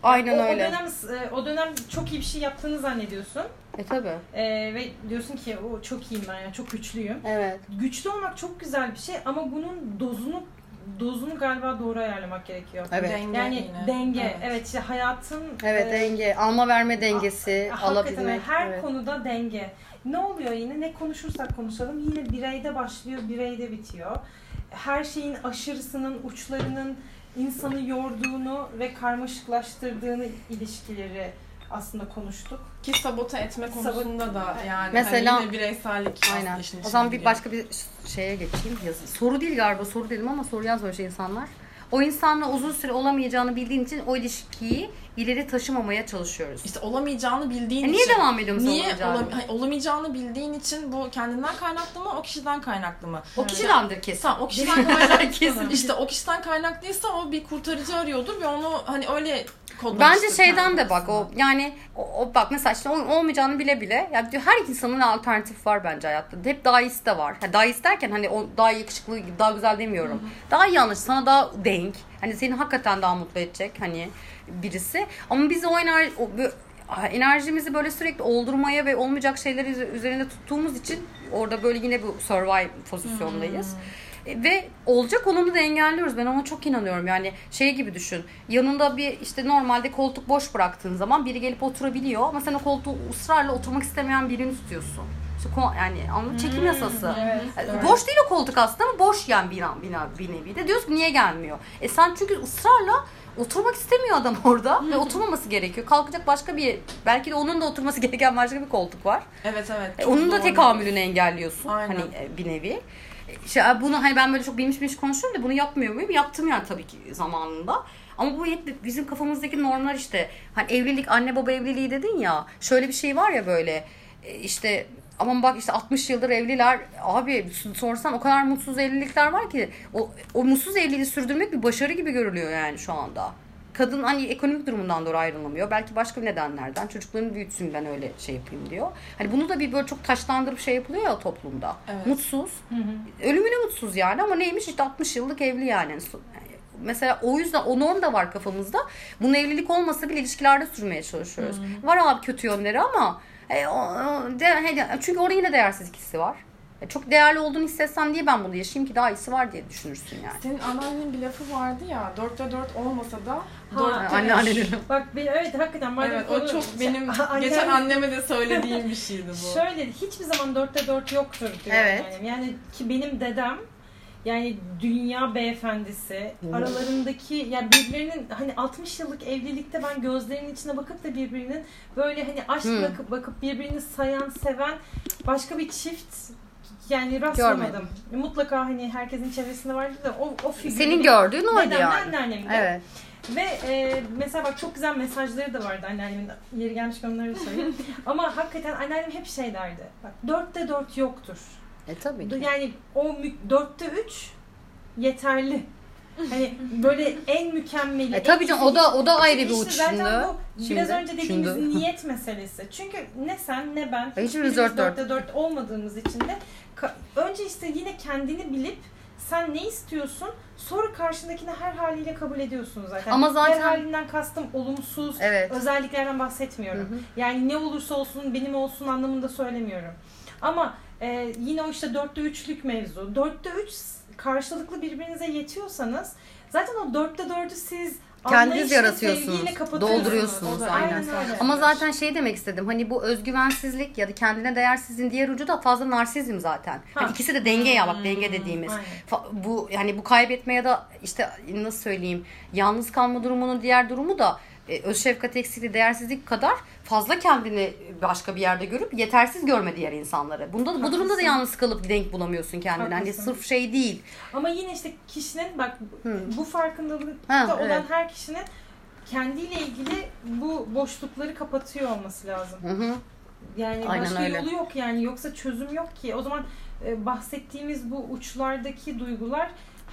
Aynen o, öyle. O dönem, o dönem çok iyi bir şey yaptığını zannediyorsun. E tabii. Ee, ve diyorsun ki o çok iyiyim ben, yani çok güçlüyüm. Evet. Güçlü olmak çok güzel bir şey ama bunun dozunu dozunu galiba doğru ayarlamak gerekiyor. Evet. Denge yani yine. Denge. Evet. evet işte hayatın Evet, e, denge. Alma verme dengesi, a, alabilmek. Her evet. konuda denge. Ne oluyor yine? Ne konuşursak konuşalım yine bireyde başlıyor, bireyde bitiyor. Her şeyin aşırısının, uçlarının insanı yorduğunu ve karmaşıklaştırdığını ilişkileri aslında konuştuk. Ki sabote etme konusunda Sabot- da yani mesela hani bireysellik aynen. O zaman bir başka bir şeye geçeyim. Yazı. Soru değil galiba, soru dedim ama soru yazmış insanlar. O insanla uzun süre olamayacağını bildiğin için o ilişkiyi ileri taşımamaya çalışıyoruz. İşte olamayacağını bildiğin e için. Niye devam ediyorsun niye olamayacağını? Olam- hayır, olamayacağını bildiğin için bu kendinden kaynaklı mı, o kişiden kaynaklı mı? O kişidendir kesin. Tamam, o kişiden kaynaklı. kesin. İşte o kişiden kaynaklıysa o bir kurtarıcı arıyordur ve onu hani öyle bence şeyden de bak o yani o, o bak mesela işte olmayacağını bile bile yani her insanın alternatif var bence hayatta. Hep daha iyisi de var. Ha, daha iyisi derken hani o daha yakışıklı, daha güzel demiyorum. Hı hı. Daha iyi anlaşılır, sana daha denk. Hani seni hakikaten daha mutlu edecek hani birisi. Ama biz o enerji o, enerjimizi böyle sürekli oldurmaya ve olmayacak şeyleri üzerinde tuttuğumuz için orada böyle yine bu survive pozisyondayız. Hmm. Ve olacak olanı da engelliyoruz. Ben ona çok inanıyorum. Yani şey gibi düşün. Yanında bir işte normalde koltuk boş bıraktığın zaman biri gelip oturabiliyor. Ama sen o koltuğu ısrarla oturmak istemeyen birini tutuyorsun. İşte yani anladın, çekim yasası. Hmm, evet, yani boş değil o koltuk aslında ama boş yani bir, bir, bir nevi de. Diyorsun ki niye gelmiyor? E sen çünkü ısrarla oturmak istemiyor adam orada ve oturmaması gerekiyor. Kalkacak başka bir, belki de onun da oturması gereken başka bir koltuk var. Evet evet. E, onun da tekamülünü engelliyorsun. Aynen. Hani bir nevi. İşte bunu hani ben böyle çok bilmiş bilmiş konuşuyorum da bunu yapmıyor muyum? Yaptım yani tabii ki zamanında. Ama bu hep bizim kafamızdaki normlar işte. Hani evlilik, anne baba evliliği dedin ya. Şöyle bir şey var ya böyle işte aman bak işte altmış yıldır evliler. Abi sorsan o kadar mutsuz evlilikler var ki o, o mutsuz evliliği sürdürmek bir başarı gibi görülüyor yani şu anda. Kadın hani ekonomik durumundan dolayı ayrılamıyor. Belki başka nedenlerden. Çocuklarını büyütsün ben öyle şey yapayım diyor. Hani bunu da bir böyle çok taşlandırıp şey yapılıyor ya toplumda. Evet. Mutsuz. Hı hı. Ölümüne mutsuz yani ama neymiş işte altmış yıllık evli yani. Mesela o yüzden o norm da var kafamızda. Bunun evlilik olmasa bile ilişkilerde sürmeye çalışıyoruz. Hı. Var abi kötü yönleri ama e, o, o, de, çünkü orada yine değersizlik hissi var. Çok değerli olduğunu hissetsen diye ben bunu yaşayayım ki daha iyisi var diye düşünürsün yani. Senin anneannenin bir lafı vardı ya, dörtte dört olmasa da dörtte anne anne. Bak benim, evet hakikaten. Evet, o çok benim geçen anneme de söylediğim bir şeydi bu. Şöyle hiçbir zaman dörtte dört yoktur diyor evet. Yani. Yani ki benim dedem yani dünya beyefendisi hmm. aralarındaki yani birbirlerinin hani altmış yıllık evlilikte ben gözlerinin içine bakıp da birbirinin böyle hani aşk hmm. bakıp bakıp birbirini sayan seven başka bir çift yani rastlamadım. Görmedim. Mutlaka hani herkesin çevresinde vardı da o, o figürü. Senin gördüğün oydu yani. Anneannemde. Evet. Ve e, mesela bak çok güzel mesajları da vardı anneannemin. Yeri gelmişken onları da söyleyeyim. Ama hakikaten anneannem hep şey derdi. Bak dörtte dört yoktur. E tabii ki. Yani o dörtte üç yeterli. Hani böyle en mükemmeli. E tabii canım o da o da ayrı bir işte uç şimdi. Zaten bu şimdi, biraz önce dediğimiz şimdi. niyet meselesi. Çünkü ne sen ne ben hiçbirimiz dörtte dört olmadığımız için de önce işte yine kendini bilip sen ne istiyorsun? Sonra karşındakini her haliyle kabul ediyorsun zaten. Ama zaten her halinden kastım olumsuz evet. özelliklerden bahsetmiyorum. Hı hı. Yani ne olursa olsun benim olsun anlamında söylemiyorum. Ama e, yine o işte dörtte üçlük mevzu. Dörtte üç karşılıklı birbirinize yetiyorsanız zaten o dörtte dördü siz kendiniz yaratıyorsunuz, dolduruyorsunuz. Aynen. Aynen Ama zaten şey demek istedim. Hani bu özgüvensizlik ya da kendine değersizliğin diğer ucu da fazla narsizm zaten. Hani ikisi de denge ya bak hmm. denge dediğimiz. Aynen. Bu yani bu kaybetme ya da işte nasıl söyleyeyim yalnız kalma durumunun diğer durumu da öz şefkat eksikliği, değersizlik kadar fazla kendini başka bir yerde görüp yetersiz görme diğer insanları. Bunda Haklısın. Bu durumda da yalnız kalıp denk bulamıyorsun kendine. Hani sırf şey değil. Ama yine işte kişinin bak hmm. bu farkındalıkta ha, olan evet. her kişinin kendiyle ilgili bu boşlukları kapatıyor olması lazım. Hı hı. Yani Aynen başka öyle. Yolu yok yani yoksa çözüm yok ki. O zaman bahsettiğimiz bu uçlardaki duygular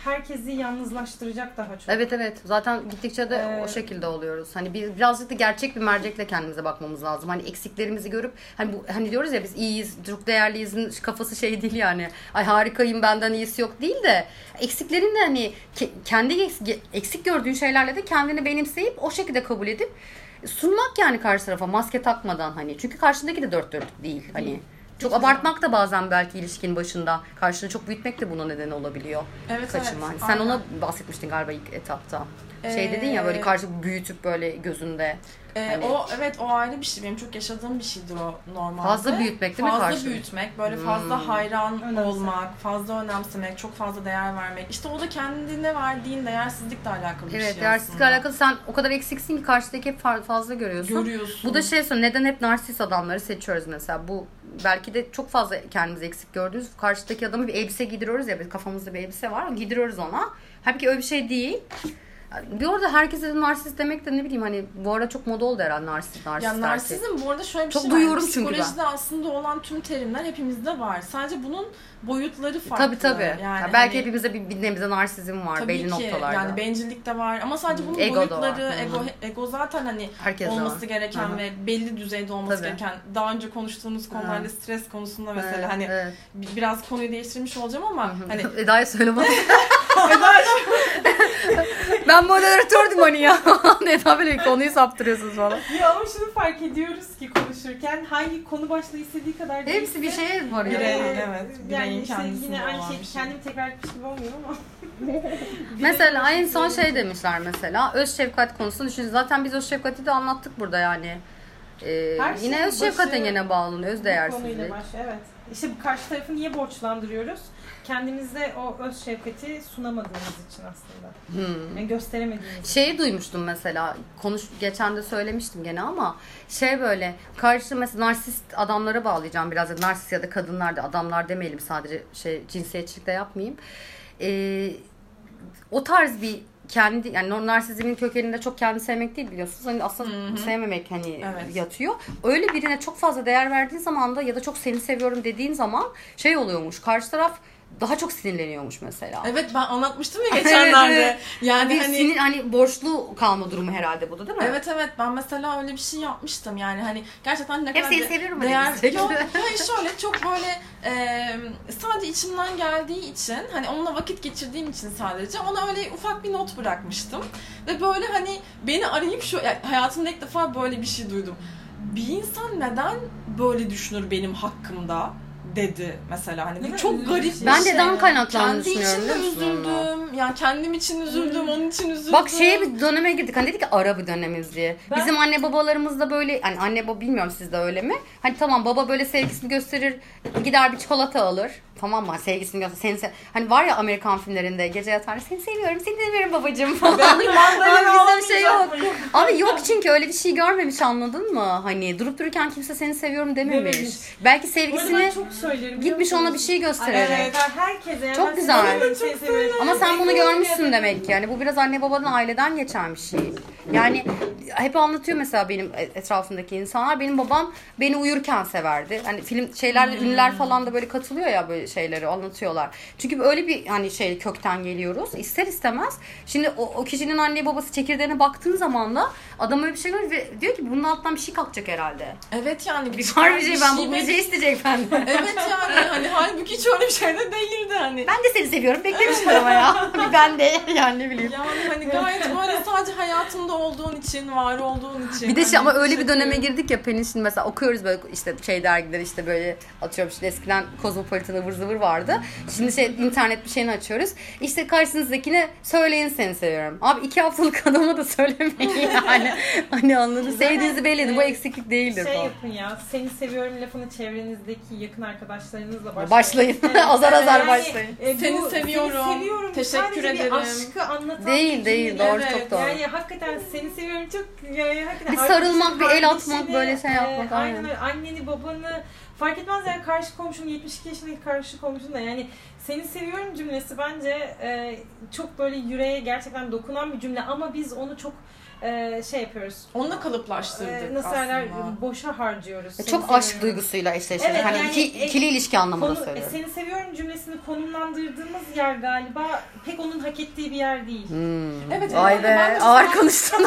herkesi yalnızlaştıracak daha çok. Evet evet. Zaten gittikçe de ee, o şekilde oluyoruz. Hani bir birazcık da gerçek bir mercekle kendimize bakmamız lazım. Hani eksiklerimizi görüp hani bu hani diyoruz ya biz iyiyiz, çok değerliyizin kafası şey değil yani. Ay harikayım, benden iyisi yok değil de eksiklerin de hani kendi eksik, eksik gördüğün şeylerle de kendini benimseyip o şekilde kabul edip sunmak yani karşı tarafa maske takmadan hani. Çünkü karşındaki de dört dörtlük değil hani. Değil. Çok abartmak da bazen belki ilişkinin başında karşını çok büyütmek de buna neden olabiliyor. Evet, kaçınma. evet. Sen Aynen. ona bahsetmiştin galiba ilk etapta. Ee, şey dedin ya böyle karşı büyütüp böyle gözünde. Ee, hani... O evet o ayrı bir şey. Benim çok yaşadığım bir şeydir o normalde. Fazla büyütmek değil mi fazla karşı? Fazla büyütmek, böyle fazla hmm. hayran Önemse. olmak, fazla önemsemek, çok fazla değer vermek. İşte o da kendine verdiğin değersizlikle alakalı bir evet, şey Evet değersizlikle alakalı. Sen o kadar eksiksin ki karşıdaki hep fazla görüyorsun. Görüyorsun. Bu da şey sonra neden hep narsist adamları seçiyoruz mesela. Bu belki de çok fazla kendimizi eksik gördüğümüz karşıdaki adamı bir elbise giydiriyoruz ya, kafamızda bir elbise var, giydiriyoruz ona. Halbuki öyle bir şey değil. Bir orada herkese de narsist demek de ne bileyim hani bu arada çok moda oldu herhalde narsist narsist. Ya narsizm bu arada şöyle bir çok şey duyuyorum var. Çünkü psikolojide aslında olan tüm terimler hepimizde var. Sadece bunun boyutları farklı. Tabii tabii. Yani ya belki hani, hepimizde bir, bir nebze narsizm var belli ki, noktalarda. Yani bencillik de var ama sadece bunun ego boyutları, ego ego zaten hani Herkes olması gereken Hı-hı. ve belli düzeyde olması tabii. gereken. Daha önce konuştuğumuz konularda Hı-hı. stres konusunda mesela evet, hani evet. biraz konuyu değiştirmiş olacağım ama Hı-hı. hani Eda'ya söyle bana. Ben moderatördüm hani ya. Eda böyle konuyu saptırıyorsunuz falan. Ya ama şunu fark ediyoruz ki konuşurken hangi konu başlığı istediği kadar değilse. Hepsi bir şeye var ya. Birey, evet. Yani işte yine aynı şey, şey kendimi tekrar etmiş gibi olmuyor ama. Mesela en son şey demişler mesela. Öz şefkat konusunu düşünün. Zaten biz öz şefkati de anlattık burada yani. Ee, yine öz şefkate yine bağlanıyor. Öz değersizlik. Evet. İşte bu karşı tarafı niye borçlandırıyoruz? Kendimize o öz şefkati sunamadığımız için aslında. Hmm. Yani gösteremediğimiz için. Şeyi duymuştum mesela. Konuş geçen de söylemiştim gene ama şey böyle karşı mesela narsist adamlara bağlayacağım biraz da narsist ya da kadınlar da adamlar demeyelim sadece şey cinsiyetçilik de yapmayayım. Ee, o tarz bir kendi yani narsizmin kökeninde çok kendi sevmek değil biliyorsunuz. Hani aslında Hı-hı. sevmemek hani evet. yatıyor. Öyle birine çok fazla değer verdiğin zaman da ya da çok seni seviyorum dediğin zaman şey oluyormuş. Karşı taraf daha çok sinirleniyormuş mesela. Evet ben anlatmıştım ya geçenlerde. evet, yani bir hani sinir hani borçlu kalma durumu herhalde bu da değil mi? Evet evet ben mesela öyle bir şey yapmıştım yani hani gerçekten ne kadar Hep seni seviyorum değer yok hayır şöyle çok böyle e, sadece içimden geldiği için hani onunla vakit geçirdiğim için sadece ona öyle ufak bir not bırakmıştım ve böyle hani beni arayıp şu yani hayatımda ilk defa böyle bir şey duydum. Bir insan neden böyle düşünür benim hakkımda? Dedi mesela hani bu çok garip bir şey. Ben de dan kaynaklandığını düşünüyorum. Kendi için de üzüldüm. Yani kendim için üzüldüm, hmm. onun için üzüldüm. Bak şeye bir döneme girdik. Hani dedik ki ara bir dönemiz diye. Ben... Bizim anne babalarımız da böyle hani anne baba bilmiyorum sizde öyle mi? Hani tamam baba böyle sevgisini gösterir, gider bir çikolata alır. Tamam mı? Sevgisini gösterir. Seni se- hani var ya Amerikan filmlerinde gece yatar. Seni seviyorum, seni seviyorum babacığım falan. Ben bizde bir şey yok. Abi yok çünkü öyle bir şey görmemiş anladın mı? Hani durup dururken kimse seni seviyorum dememiş. Dememiş. Belki sevgisini gitmiş ona bir şey göstererek. Evet, herkese. Yani çok güzel. Çok ama sen bunu görmüşsün demek ki. Yani bu biraz anne babanın aileden geçen bir şey. Yani hep anlatıyor mesela benim etrafımdaki insanlar. Benim babam beni uyurken severdi. Hani film şeylerle hmm. ünlüler falan da böyle katılıyor ya böyle şeyleri anlatıyorlar. Çünkü öyle bir hani şey kökten geliyoruz. İster istemez. Şimdi o, o kişinin anne babası çekirdeğine baktığın zaman da adam öyle bir şey görüyor ve diyor ki bunun altından bir şey kalkacak herhalde. Evet yani. Bir var bir şey ben bu müziği isteyecek benden. Evet yani hani halbuki hiç öyle bir şey de değildi hani. Ben de seni seviyorum. Beklemişler ama ya. Ben de yani ne bileyim. Yani hani gayet böyle sadece hayatımda olduğun için, var olduğun için. Bir de şey, hani ama öyle bir döneme girdik ya Pelin şimdi mesela okuyoruz böyle işte şey dergileri işte böyle atıyorum işte eskiden Kozmopolitan ıvır zıvır vardı. Şimdi şey internet bir şeyini açıyoruz. İşte karşınızdakine söyleyin seni seviyorum. Abi iki haftalık adama da söylemeyin yani. Hani anladın. Sevdiğinizi belli edin. Bu eksiklik değildir. Şey falan. Yapın ya. Seni seviyorum lafını çevrenizdeki yakın arkadaşlarınızla başlayın. Başlayın. Evet. azar azar yani, başlayın. E, seni seviyorum. Seni seviyorum. Teşekkür sadece ederim. Aşkı anlatan değil değil. Doğru evet. çok doğru. Yani hakikaten seni seviyorum çok yani hakikaten. Bir sarılmak, bir el atmak böyle şey yapmak. E, aynen öyle. Anneni, babanı fark etmez yani karşı komşunun yetmiş iki yaşındaki karşı komşunun da yani seni seviyorum cümlesi bence e, çok böyle yüreğe gerçekten dokunan bir cümle ama biz onu çok e, şey yapıyoruz. Onu da kalıplaştırdık e, nasıl aslında. derler, boşa harcıyoruz. E, çok aşk duygusuyla eşleştik. Evet, hani yani, iki, e, ikili ilişki anlamında konu, söylüyorum. E, seni seviyorum cümlesini konumlandırdığımız yer galiba pek onun hak ettiği bir yer değil. Hmm. Evet. Vay be, ağır konuştun.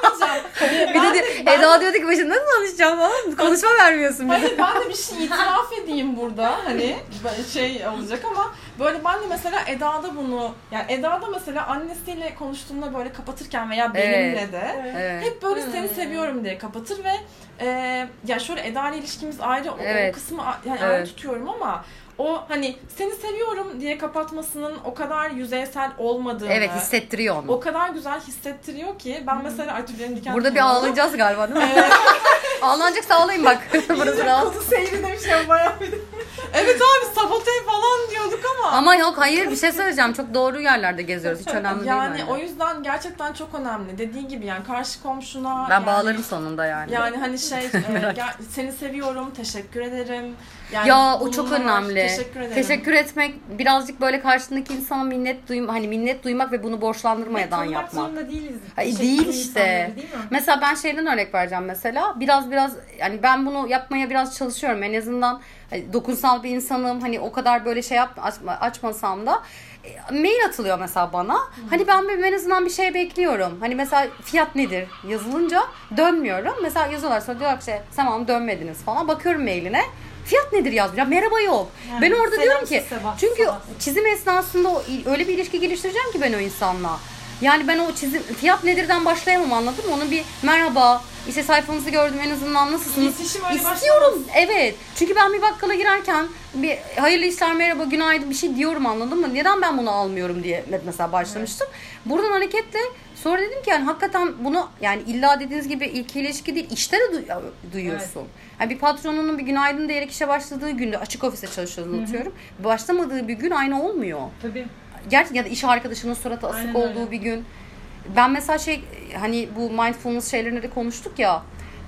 Bir de diyor, Eda diyordu ki başında nasıl konuşacağım falan. Konuşma vermiyorsun. Hayır, ben de bir şey itiraf edeyim burada. Hani şey olacak ama böyle ben de mesela Eda'da bunu, yani Eda'da mesela annesiyle konuştuğunda böyle kapatırken veya benimle Evet. de Evet. hep böyle seni seviyorum diye kapatır ve e, ya şöyle Eda ile ilişkimiz ayrı, o, Evet. o kısmı yani Evet. ayrı tutuyorum ama o hani seni seviyorum diye kapatmasının o kadar yüzeysel olmadığını, Evet, hissettiriyor onu. o kadar güzel hissettiriyor ki ben mesela ay tüylerim diken Burada bir diken oldu. ağlayacağız galiba değil mi? Ağlanacaksa ağlayın bak. Burası rahat. Konu seyri demiş ya bayağı bir de. Evet abi, sabote falan diyorduk ama. Ama yok, hayır, bir şey söyleyeceğim. Çok doğru yerlerde geziyoruz. Hiç önemli Yani değil. o yüzden gerçekten çok önemli. Dediği gibi yani karşı komşuna. Ben yani, bağlarım sonunda yani. Yani hani şey e, ger- seni seviyorum, teşekkür ederim. Yani Ya o bunun çok var, önemli. Teşekkür ederim. Teşekkür etmek, birazcık böyle karşındaki insana minnet duymak, hani minnet duymak ve bunu borçlandırmadan Tanımak yapmak. zorunda değiliz. Ay, Teşekkür değil insanları, işte. değil mi? Mesela ben şeyden örnek vereceğim mesela. Biraz biraz yani ben bunu yapmaya biraz çalışıyorum. En azından hani dokunsal bir insanım. Hani o kadar böyle şey yap açma, açmasam da e, mail atılıyor mesela bana. Hı. Hani ben bir, en azından bir şey bekliyorum. Hani mesela fiyat nedir yazılınca dönmüyorum. Mesela yazıyorlar sonra diyorlar ki tamam dönmediniz falan. Bakıyorum mailine. Fiyat nedir yazmış. Ya merhaba yok. Yani, ben orada diyorum ki sabah, çünkü sabah. çizim esnasında o, öyle bir ilişki geliştireceğim ki ben o insanla. Yani ben o çizim fiyat nedirden başlayamam, anladın mı? Onun bir merhaba, işte sayfanızı gördüm en azından nasılsınız İletişim öyle istiyorum. başlamaz. Evet. Çünkü ben bir bakkala girerken bir hayırlı işler, merhaba, günaydın bir şey diyorum, anladın mı? Neden ben bunu almıyorum diye mesela başlamıştım. Evet. Buradan hareketle sonra dedim ki yani hakikaten bunu yani illa dediğiniz gibi ilk ilişki değil, işte de du- duyuyorsun. Evet. Yani bir patronunun bir günaydın diyerek işe başladığı günde, açık ofiste çalışıyoruz unutuyorum. Başlamadığı bir gün aynı olmuyor. Tabii. Gerçekten ya da iş arkadaşının suratı asık Aynen olduğu öyle. bir gün. Ben mesela şey hani bu mindfulness şeylerinde de konuştuk ya,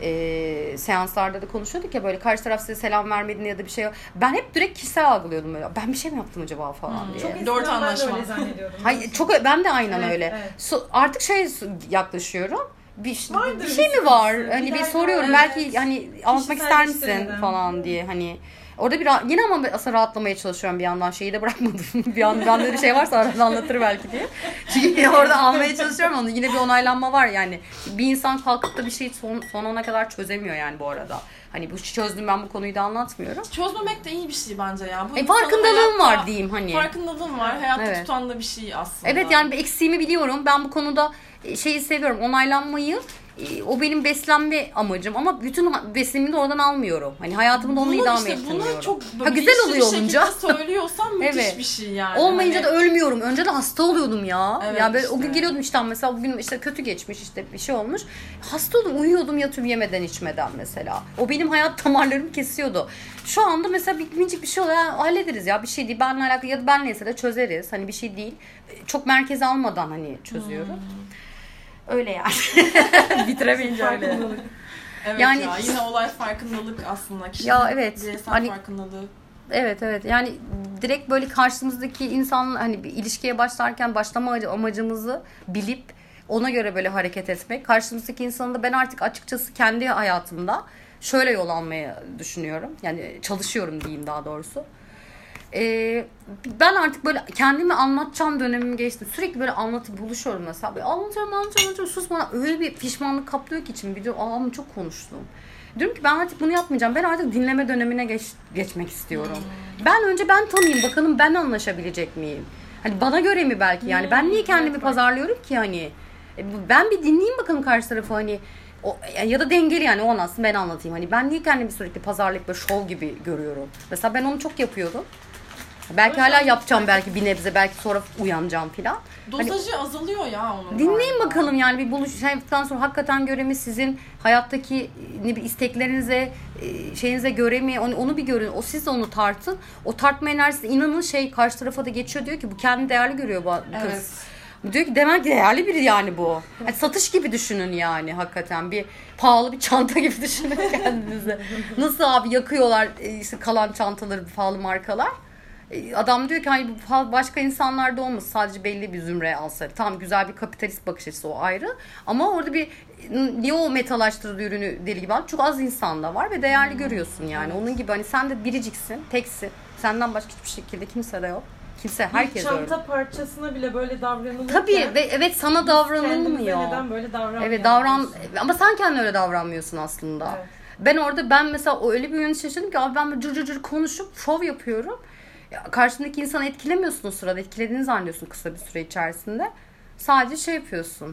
e, seanslarda da konuşuyorduk ya, böyle karşı taraf size selam vermediğinde ya da bir şey. Ben hep direkt kişisel algılıyordum böyle. Ben bir şey mi yaptım acaba falan Hmm, diye. Çok Dört eskiden ben de anlaşma. öyle zannediyordum. Hayır, çok ben de aynen Evet, öyle. evet. So, artık şey yaklaşıyorum. Bir, Vardır bir şey bir mi var? sıkıntısı. Hani Bir bir dakika, soruyorum. evet. Belki hani anlatmak ister misin Kişiselleştirmeden. falan diye hani. Orada bir rahat- yine ama aslında rahatlamaya çalışıyorum bir yandan, şeyi de bırakmadım. bir yandan bende bir şey varsa arada anlatır belki diye. Çünkü orada almaya çalışıyorum onu. Yine bir onaylanma var yani. Bir insan kalkıp da bir şeyi son, sonuna kadar çözemiyor yani bu arada. Hani bu çözdüm ben bu konuyu da anlatmıyorum. Çözmemek de iyi bir şey bence ya. Bu E, insanın farkındalığım hayatta- var diyeyim hani. Farkındalığım var. Hayatta Evet. tutan da bir şey aslında. Evet yani bir eksiğimi biliyorum. Ben bu konuda şeyi seviyorum. Onaylanmayı. O benim beslenme amacım ama bütün besinimi de oradan almıyorum. Hani hayatımı da onunla Bunu idame işte ettiriyorum. Bunu çok Ha, güzel bilinçli oluyor bir olunca. şekilde söylüyorsan müthiş Evet. bir şey yani. Olmayınca Hani- da ölmüyorum. Önce de hasta oluyordum ya. Evet, yani böyle işte. o gün geliyordum işten mesela, bugün işte kötü geçmiş, işte bir şey olmuş. Hasta oldum, uyuyordum yatıyorum yemeden içmeden mesela. O benim hayat damarlarımı kesiyordu. Şu anda mesela bir minicik bir şey oluyor. Yani hallederiz ya, bir şey değil. Benle alakalı ya da benleyse de çözeriz. Hani bir şey değil. Çok merkeze almadan hani çözüyoruz. Hmm. Öyle yani. Bitiremeyince öyle. Farkındalık. Evet Yani- ya, yine olay farkındalık aslında. Kişinin Ya evet, bireysel hani- farkındalığı. Evet evet yani direkt böyle karşımızdaki insanla hani bir ilişkiye başlarken başlama amacımızı bilip ona göre böyle hareket etmek. Karşımızdaki insanı da ben artık açıkçası kendi hayatımda şöyle yol almaya düşünüyorum. Yani çalışıyorum diyeyim daha doğrusu. Ee, ben artık böyle kendimi anlatacağım dönemim geçti. Sürekli böyle anlatıp buluşuyorum mesela. Böyle anlatıyorum anlatıyorum anlatıyorum. Sus, bana öyle bir pişmanlık kaplıyor ki içim. Bir diyorum aa ama çok konuştum. Diyorum ki ben artık bunu yapmayacağım. Ben artık dinleme dönemine geç, geçmek istiyorum. Hmm. Ben önce ben tanıyayım. Bakalım ben anlaşabilecek miyim? Hani bana göre mi belki yani? Hmm, ben niye kendimi evet, pazarlıyorum ki hani? Ben bir dinleyeyim bakalım karşı tarafı hani. O, ya da dengeli yani, o anlatsın ben anlatayım. Hani ben niye kendimi sürekli pazarlayıp böyle şov gibi görüyorum? Mesela ben onu çok yapıyordum. Belki hala yapacağım, belki bir nebze, belki sonra uyanacağım filan. Dozajı hani, azalıyor ya onun. Dinleyin galiba. Bakalım yani bir buluş yaptıktan sonra hakikaten göre mi, sizin hayattaki ne bir isteklerinize, şeyinize göre mi, onu, onu bir görün. O siz de onu tartın. O tartma enerjisi, inanın şey karşı tarafa da geçiyor, diyor ki bu kendini değerli görüyor bu kız. Evet. Diyor ki demek ki değerli biri yani bu. Yani satış gibi düşünün yani hakikaten. Bir pahalı bir çanta gibi düşünün kendinizi. Nasıl abi yakıyorlar işte kalan çantaları, pahalı markalar. Adam diyor ki hani başka insanlarda olmasın, sadece belli bir zümreye alsa. Tamam, güzel bir kapitalist bakış açısı, o ayrı. Ama orada bir niye o metalaştırdığı ürünü deli gibi al? Çok az insanda var ve değerli hmm. görüyorsun yani. Evet. Onun gibi hani sen de biriciksin, teksin. Senden başka hiçbir şekilde kimse de yok. Kimse, herkes öyle. Bir çanta parçasına bile böyle davranılırken. Tabii ve evet, sana davranılmıyor. Neden böyle davranmıyorsun? Evet, davran ama sen kendin öyle davranmıyorsun aslında. Evet. Ben orada ben mesela öyle bir uyanış yaşadım ki abi ben böyle cır cır cır konuşup şov yapıyorum. Ya, karşındaki insanı etkilemiyorsun o sırada. Etkilediğini zannediyorsun kısa bir süre içerisinde. Sadece şey yapıyorsun.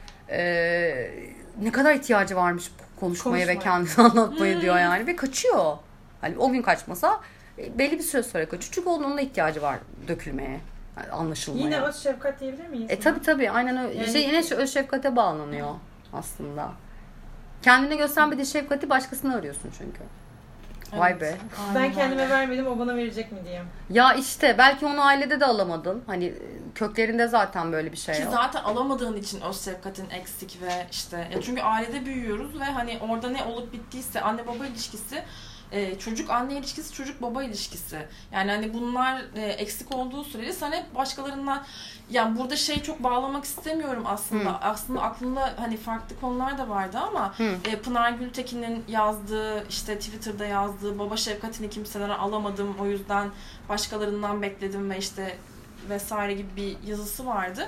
Ee, ne kadar ihtiyacı varmış konuşmaya, konuşmaya. ve kendini anlatmaya diyor yani. Ve kaçıyor. Hani o gün kaçmasa belli bir süre sonra kaçıyor. Çünkü onun da ihtiyacı var dökülmeye. Yani anlaşılmaya. Yine öz şefkat diyebilir miyiz? E tabi tabi aynen öyle. Yani... Şey, yine öz şefkate bağlanıyor aslında. Kendine göstermediği şefkati başkasına arıyorsun çünkü. Evet. Vay be. Ben kendime vermedim, o bana verecek mi diyeyim. Ya işte belki onu ailede de alamadın. Hani köklerinde zaten böyle bir şey Ki yok. zaten alamadığın için öz şefkatin eksik ve işte ya çünkü ailede büyüyoruz ve hani orada ne olup bittiyse anne baba ilişkisi, çocuk anne ilişkisi, çocuk baba ilişkisi. Yani hani bunlar eksik olduğu sürece sen hep başkalarından, yani burada şey çok bağlamak istemiyorum aslında. Hı. Aslında aklımda hani farklı konular da vardı ama Hı. Pınar Gültekin'in yazdığı, işte Twitter'da yazdığı baba şefkatini kimseden alamadım, o yüzden başkalarından bekledim ve işte vesaire gibi bir yazısı vardı.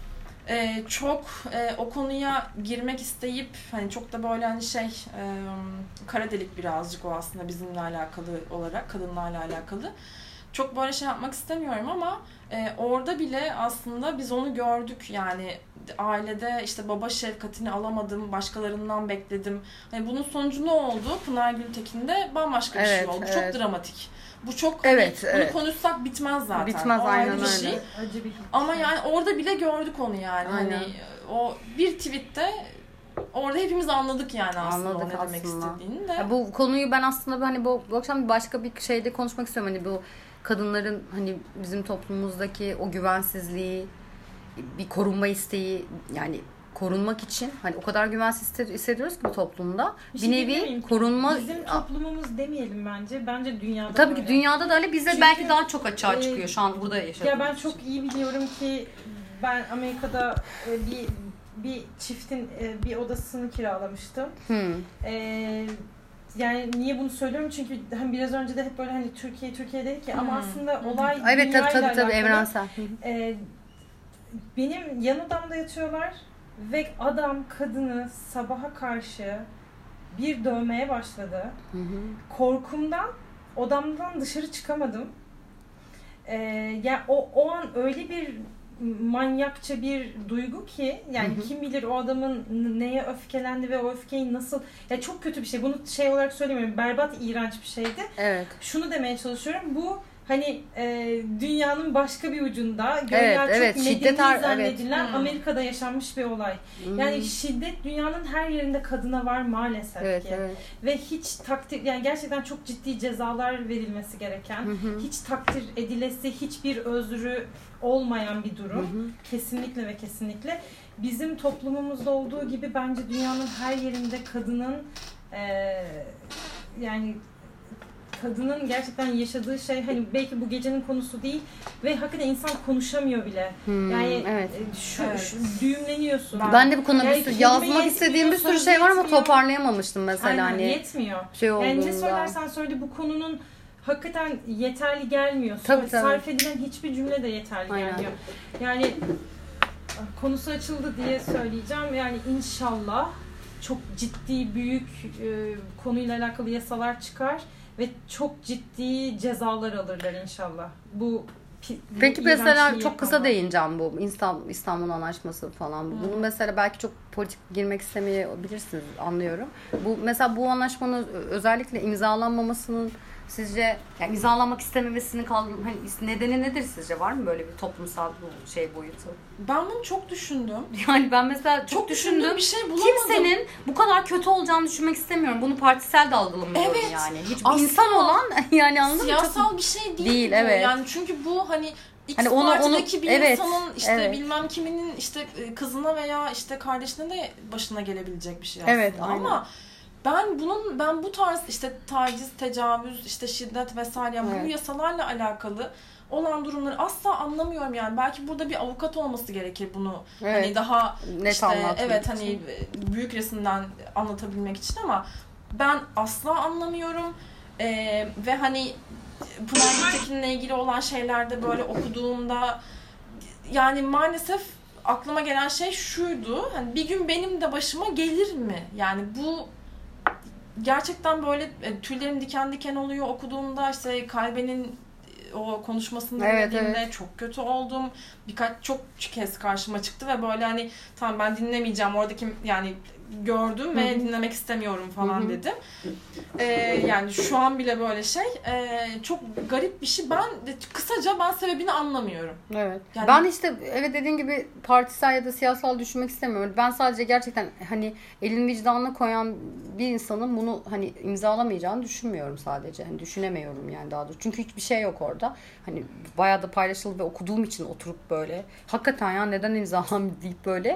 Ee, çok e, o konuya girmek isteyip hani çok da böyle hani şey e, kara delik birazcık o aslında bizimle alakalı olarak, kadınlarla alakalı. Çok böyle şey yapmak istemiyorum ama e, orada bile aslında biz onu gördük yani ailede işte baba şefkatini alamadım, başkalarından bekledim. Hani bunun sonucu ne oldu? Pınar Gültekin'de bambaşka bir evet, şey oldu. Evet. Çok dramatik. Bu çok hani, evet, evet. Bunu konuşsak bitmez zaten. Bitmez o aynen bir şey. Acı bir Ama yani orada bile gördük onu yani. Aynen. Hani o bir tweette orada hepimiz anladık yani aslında anladık o ne aslında. Demek istediğini de. Ya bu konuyu ben aslında hani bu, bu akşam başka bir şeyde konuşmak istiyorum. Hani bu kadınların hani bizim toplumumuzdaki o güvensizliği, bir korunma isteği, yani korunmak için hani o kadar güvensiz hissediyoruz ki bu toplumda. Bir, bir şey nevi korunma... Bizim toplumumuz demeyelim bence. Bence dünyada Tabii ki dünyada da öyle. Bizde Çünkü, belki daha çok açığa çıkıyor. Şu an burada yaşadığımız Ya ben çok iyi biliyorum ki ben Amerika'da bir bir çiftin bir odasını kiralamıştım. Hmm. Ee, yani niye bunu söylüyorum? Çünkü hani biraz önce de hep böyle hani Türkiye Türkiye dedik ya hmm. ama aslında olay hmm. evet, tabii tabii tabii evrensel. E, benim yan odamda yatıyorlar ve adam kadını sabaha karşı bir dövmeye başladı. Hı hı. Korkumdan odamdan dışarı çıkamadım. Ee, yani o o an öyle bir manyakça bir duygu ki yani hı hı. kim bilir o adamın neye öfkelendi ve o öfkeyi nasıl, ya çok kötü bir şey. Bunu şey olarak söylemiyorum. Berbat, iğrenç bir şeydi. Evet. Şunu demeye çalışıyorum. Bu hani e, dünyanın başka bir ucunda güya evet, çok evet, medeni zannedilen evet. Amerika'da yaşanmış bir olay. Hmm. Yani şiddet dünyanın her yerinde kadına var maalesef evet, ki. Evet. Ve hiç takdir, yani gerçekten çok ciddi cezalar verilmesi gereken, hmm. hiç takdir edilesi, hiçbir özrü olmayan bir durum. Hmm. Kesinlikle ve kesinlikle. Bizim toplumumuzda olduğu gibi bence dünyanın her yerinde kadının e, yani kadının gerçekten yaşadığı şey hani belki bu gecenin konusu değil ve hakikaten insan konuşamıyor bile. Hmm, yani evet. Şu, evet. şu düğümleniyorsun. Ben, ben de bu konuda yani bir sürü yazmak istediğim bir sürü şey var ama toparlayamamıştım mesela. Aynen, hani yetmiyor. Şey yani ne söylersen söyle bu konunun hakikaten yeterli gelmiyor. Tabii, Sarf tabii. edilen hiçbir cümle de yeterli Aynen. gelmiyor. Yani konusu açıldı diye söyleyeceğim. Yani inşallah çok ciddi büyük e, konuyla alakalı yasalar çıkar ve çok ciddi cezalar alırlar inşallah. Bu, bu Peki mesela çok kısa değineceğim bu İstanbul, İstanbul Anlaşması falan. Hmm. Bunu mesela belki çok politik girmek istemeyebilirsiniz, anlıyorum. Bu mesela bu anlaşmanın özellikle imzalanmamasının sizce yani imzalanmak istememesinin kaldı, hani nedeni nedir sizce? Var mı böyle bir toplumsal bu şey boyutu? Ben bunu çok düşündüm. Yani ben mesela çok, çok düşündüm. Bir şey bulamadım. Kimsenin bu kadar kötü olacağını düşünmek istemiyorum. Bunu partisel de algılamıyorum evet. yani. Hiç insan olan yani anladın mı? Siyasal çok... bir şey değil. Değil bu. evet. Yani çünkü bu hani X hani onu, partideki onu, bir evet, insanın işte evet. bilmem kiminin işte kızına veya işte kardeşine de başına gelebilecek bir şey aslında. Evet, ama ben bunun ben bu tarz işte taciz, tecavüz, işte şiddet vesaire yani evet. bu yasalarla alakalı olan durumları asla anlamıyorum yani. Belki burada bir avukat olması gerekir bunu. Evet. Hani daha net işte evet için. Hani büyük resimden anlatabilmek için ama ben asla anlamıyorum. Ee, ve hani Pınar Gültekin'le ilgili olan şeylerde böyle okuduğumda yani maalesef aklıma gelen şey şuydu. Hani bir gün benim de başıma gelir mi? Yani bu gerçekten böyle tüylerim diken diken oluyor okuduğumda işte Kalbe'nin o konuşmasını evet, dinlediğimde evet. çok kötü oldum. Birkaç çok kez karşıma çıktı ve böyle hani tamam ben dinlemeyeceğim oradaki yani gördüm ve Hı-hı. dinlemek istemiyorum falan Hı-hı. dedim. Ee, yani şu an bile böyle şey e, çok garip bir şey. Ben kısaca ben sebebini anlamıyorum. Evet. Yani, ben işte evet dediğin gibi partisel ya da siyasal düşünmek istemiyorum. Ben sadece gerçekten hani elin vicdanına koyan bir insanın bunu hani imzalamayacağını düşünmüyorum sadece. Hani düşünemiyorum yani daha doğrusu. Çünkü hiçbir şey yok orada. Hani bayağı da paylaşıldı ve okuduğum için oturup böyle hakikaten ya neden imzalam deyip böyle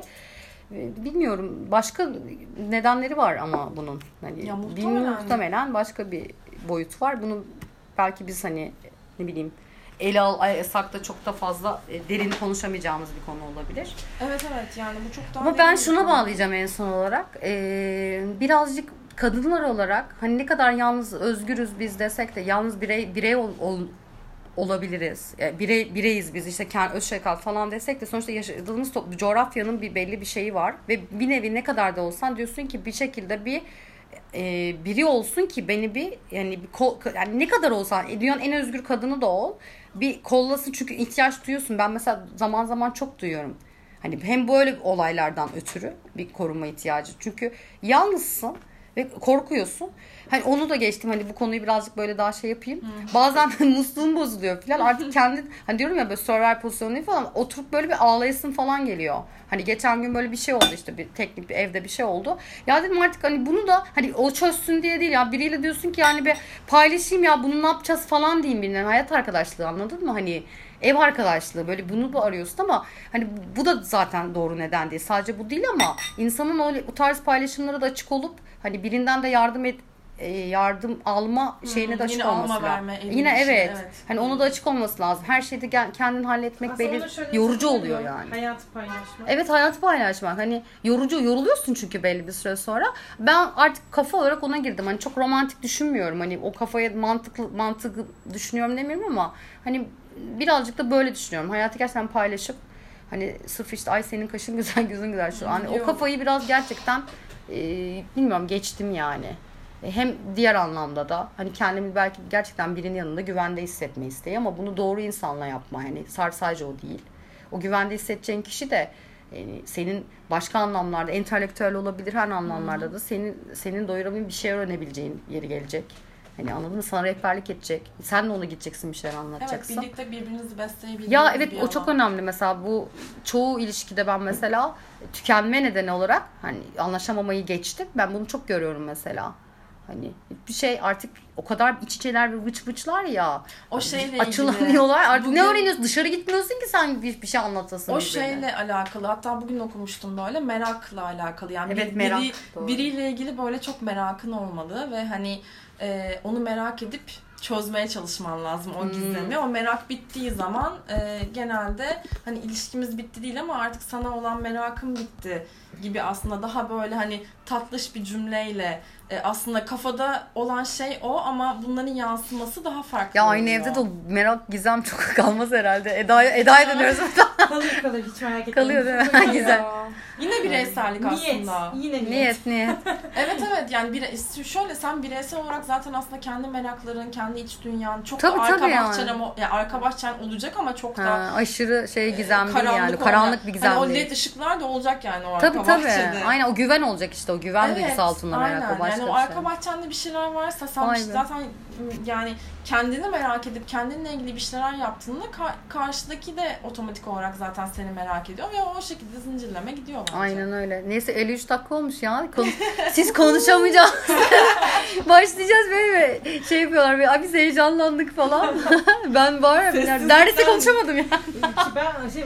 bilmiyorum. Başka nedenleri var ama bunun. Hani ya muhtemelen. muhtemelen başka bir boyut var. Bunu belki biz hani ne bileyim ele alsak da çok da fazla derin konuşamayacağımız bir konu olabilir. Evet evet yani bu çok daha ama ben şuna konu. bağlayacağım en son olarak. Ee, birazcık kadınlar olarak hani ne kadar yalnız özgürüz biz desek de yalnız birey birey ol, ol olabiliriz. Yani birey, bireyiz biz işte kendi Özşekal falan desek de sonuçta yaşadığımız top, coğrafyanın bir belli bir şeyi var ve bir nevi ne kadar da olsan diyorsun ki bir şekilde bir e, biri olsun ki beni bir yani bir kol, yani ne kadar olsan dünyanın en özgür kadını da ol bir kollasın çünkü ihtiyaç duyuyorsun. Ben mesela zaman zaman çok duyuyorum. Hani hem böyle olaylardan ötürü bir koruma ihtiyacı. Çünkü yalnızsın ve korkuyorsun. Hani onu da geçtim hani bu konuyu birazcık böyle daha şey yapayım. Hmm. Bazen musluğum bozuluyor falan. Artık kendi hani diyorum ya böyle survival pozisyonu falan oturup böyle bir ağlayasın falan geliyor. Hani geçen gün böyle bir şey oldu işte bir teknik bir evde bir şey oldu. Ya dedim artık hani bunu da hani o çözsün diye değil ya biriyle diyorsun ki yani bir paylaşayım ya bunu ne yapacağız falan diyeyim birine. Hayat arkadaşlığı anladın mı? Hani ev arkadaşlığı böyle bunu bu arıyorsun ama hani bu da zaten doğru neden değil. Sadece bu değil ama insanın o, o tarz paylaşımlara da açık olup hani birinden de yardım et yardım alma şeyine hmm, de açık olması lazım. Verme, yine evet. Şey, evet. Hani onu da açık olması lazım. Her şeyi de kendin halletmek aslında belli yorucu oluyor yani. Hayatı paylaşmak. Evet hayatı paylaşmak. Hani yorucu yoruluyorsun çünkü belli bir süre sonra. Ben artık kafa olarak ona girdim. Hani çok romantik düşünmüyorum. Hani o kafaya mantıklı mantıklı düşünüyorum demiyorum ama hani birazcık da böyle düşünüyorum. Hayatı gerçekten paylaşıp hani sırf işte ay senin kaşın güzel gözün güzel şu. Hani o kafayı biraz gerçekten e, bilmiyorum geçtim yani. Hem diğer anlamda da hani kendimi belki gerçekten birinin yanında güvende hissetme isteği ama bunu doğru insanla yapma. Yani sadece o değil. O güvende hissedeceğin kişi de yani senin başka anlamlarda entelektüel olabilir her anlamlarda da senin senin doyurabileceğin bir şey öğrenebileceğin yeri gelecek. Hani anladın mı? Sana rehberlik edecek. Sen de ona gideceksin bir şeyler anlatacaksın. Evet birlikte birbirinizi besleyebildiğiniz ya evet bir o alan. Çok önemli mesela bu çoğu ilişkide ben mesela tükenme nedeni olarak hani anlaşamamayı geçtim. Ben bunu çok görüyorum mesela. Hani bir şey artık o kadar iç içeler ve vıç vıçlar ya. O şeyle açılamıyorlar. Artık bugün, ne öğreniyorsun? Dışarı gitmiyorsun ki sen bir, bir şey anlatasın. O birbirine. Şeyle alakalı. Hatta bugün okumuştum böyle merakla alakalı. Yani evet, bir, merak, biri, biriyle ilgili böyle çok merakın olmalı ve hani e, onu merak edip çözmeye çalışman lazım o gizemi. Hmm. O merak bittiği zaman e, genelde hani ilişkimiz bitti değil ama artık sana olan merakım bitti gibi aslında daha böyle hani tatlış bir cümleyle e, aslında kafada olan şey o ama bunların yansıması daha farklı. Ya aynı oluyor. Evde de o merak gizem çok kalmaz herhalde. Eda'ya Eda'ya dönüyoruz. kalır kalır hiç merak etmeyin. Kalıyor değil mi? Gizem. Yine bireysellik aslında. Niyet. Yine niyet. Niyet niyet. evet evet yani bire, şöyle sen bireysel olarak zaten aslında kendi merakların, kendi iç dünyan çok tabii, da arka bahçen yani. ama yani arka bahçen olacak ama çok da ha, aşırı şey gizem değil yani. Karanlık bir gizem hani değil. O led ışıklar da olacak yani o tabii, arka tabii. bahçede. Aynen o güven olacak işte o güven evet, duygusu altında merak o başka yani o bir arka şey. bahçende bir şeyler varsa sen işte zaten yani kendini merak edip kendinle ilgili bir şeyler yaptığında ka- karşıdaki de otomatik olarak zaten seni merak ediyor ve o şekilde zincirleme gidiyor bence. Aynen öyle. Neyse elli üç dakika olmuş ya. Kon- Siz konuşamayacaksınız. Başlayacağız böyle şey yapıyorlar. Abi biz heyecanlandık falan. ben var ya neredeyse konuşamadım ya. Ki ben şey unuttum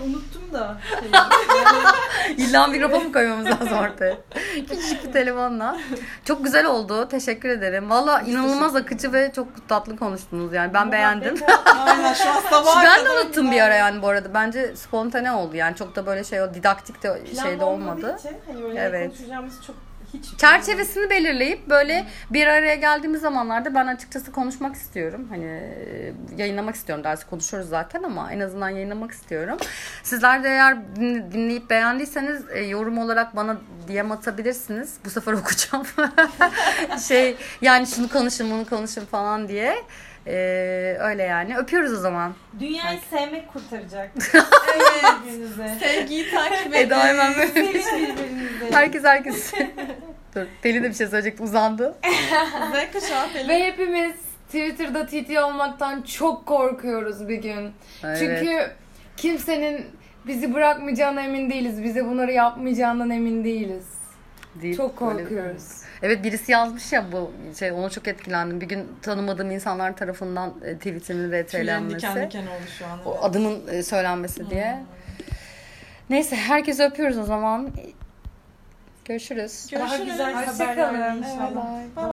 da. İlla mikrofon mu koymamız lazım ortaya? Küçücük bir telefonla. Çok güzel oldu. Teşekkür ederim. Valla inanılmaz akıcı ve çok tatlı konuştunuz yani. Ben beğendim. Aynen şu an sabah Ben de unuttum bir ara yani bu arada. Bence spontane oldu yani. Çok da böyle şey o didaktik de şeyde olmadı. Için, hani öyle evet. konuşacağımız çok hiç çerçevesini belirleyip böyle bir araya geldiğimiz zamanlarda ben açıkçası konuşmak istiyorum. Hani yayınlamak istiyorum. Dersi konuşuyoruz zaten ama en azından yayınlamak istiyorum. Sizler de eğer dinleyip beğendiyseniz yorum olarak bana D M atabilirsiniz. Bu sefer okuyacağım. şey yani şunu konuşun bunu konuşun falan diye. Ee, öyle yani. Öpüyoruz o zaman. Dünyayı Herkes. sevmek kurtaracak. Evet. Birbirinize. Sevgiyi takip edin. Eda hemen böyle. Sevin birbirinize. Herkes herkes. Dur. Pelin de bir şey söyleyecekti. Uzandı. Z kuşağı Pelin. Ve hepimiz Twitter'da T T olmaktan çok korkuyoruz bir gün. Evet. Çünkü kimsenin bizi bırakmayacağına emin değiliz. Bize bunları yapmayacağından emin değiliz. Değil, Çok korkuyoruz. Öyle. Evet birisi yazmış ya bu şey ona çok etkilendim. Bir gün tanımadığım insanlar tarafından e, tweetinin R T'lenmesi. Tüylerim diken diken oldu şu an. Evet. O adımın e, söylenmesi diye. Neyse herkese öpüyoruz o zaman. Görüşürüz. Daha Görüşürüz. güzel Hoşça haberlerle kalın. inşallah. Bye.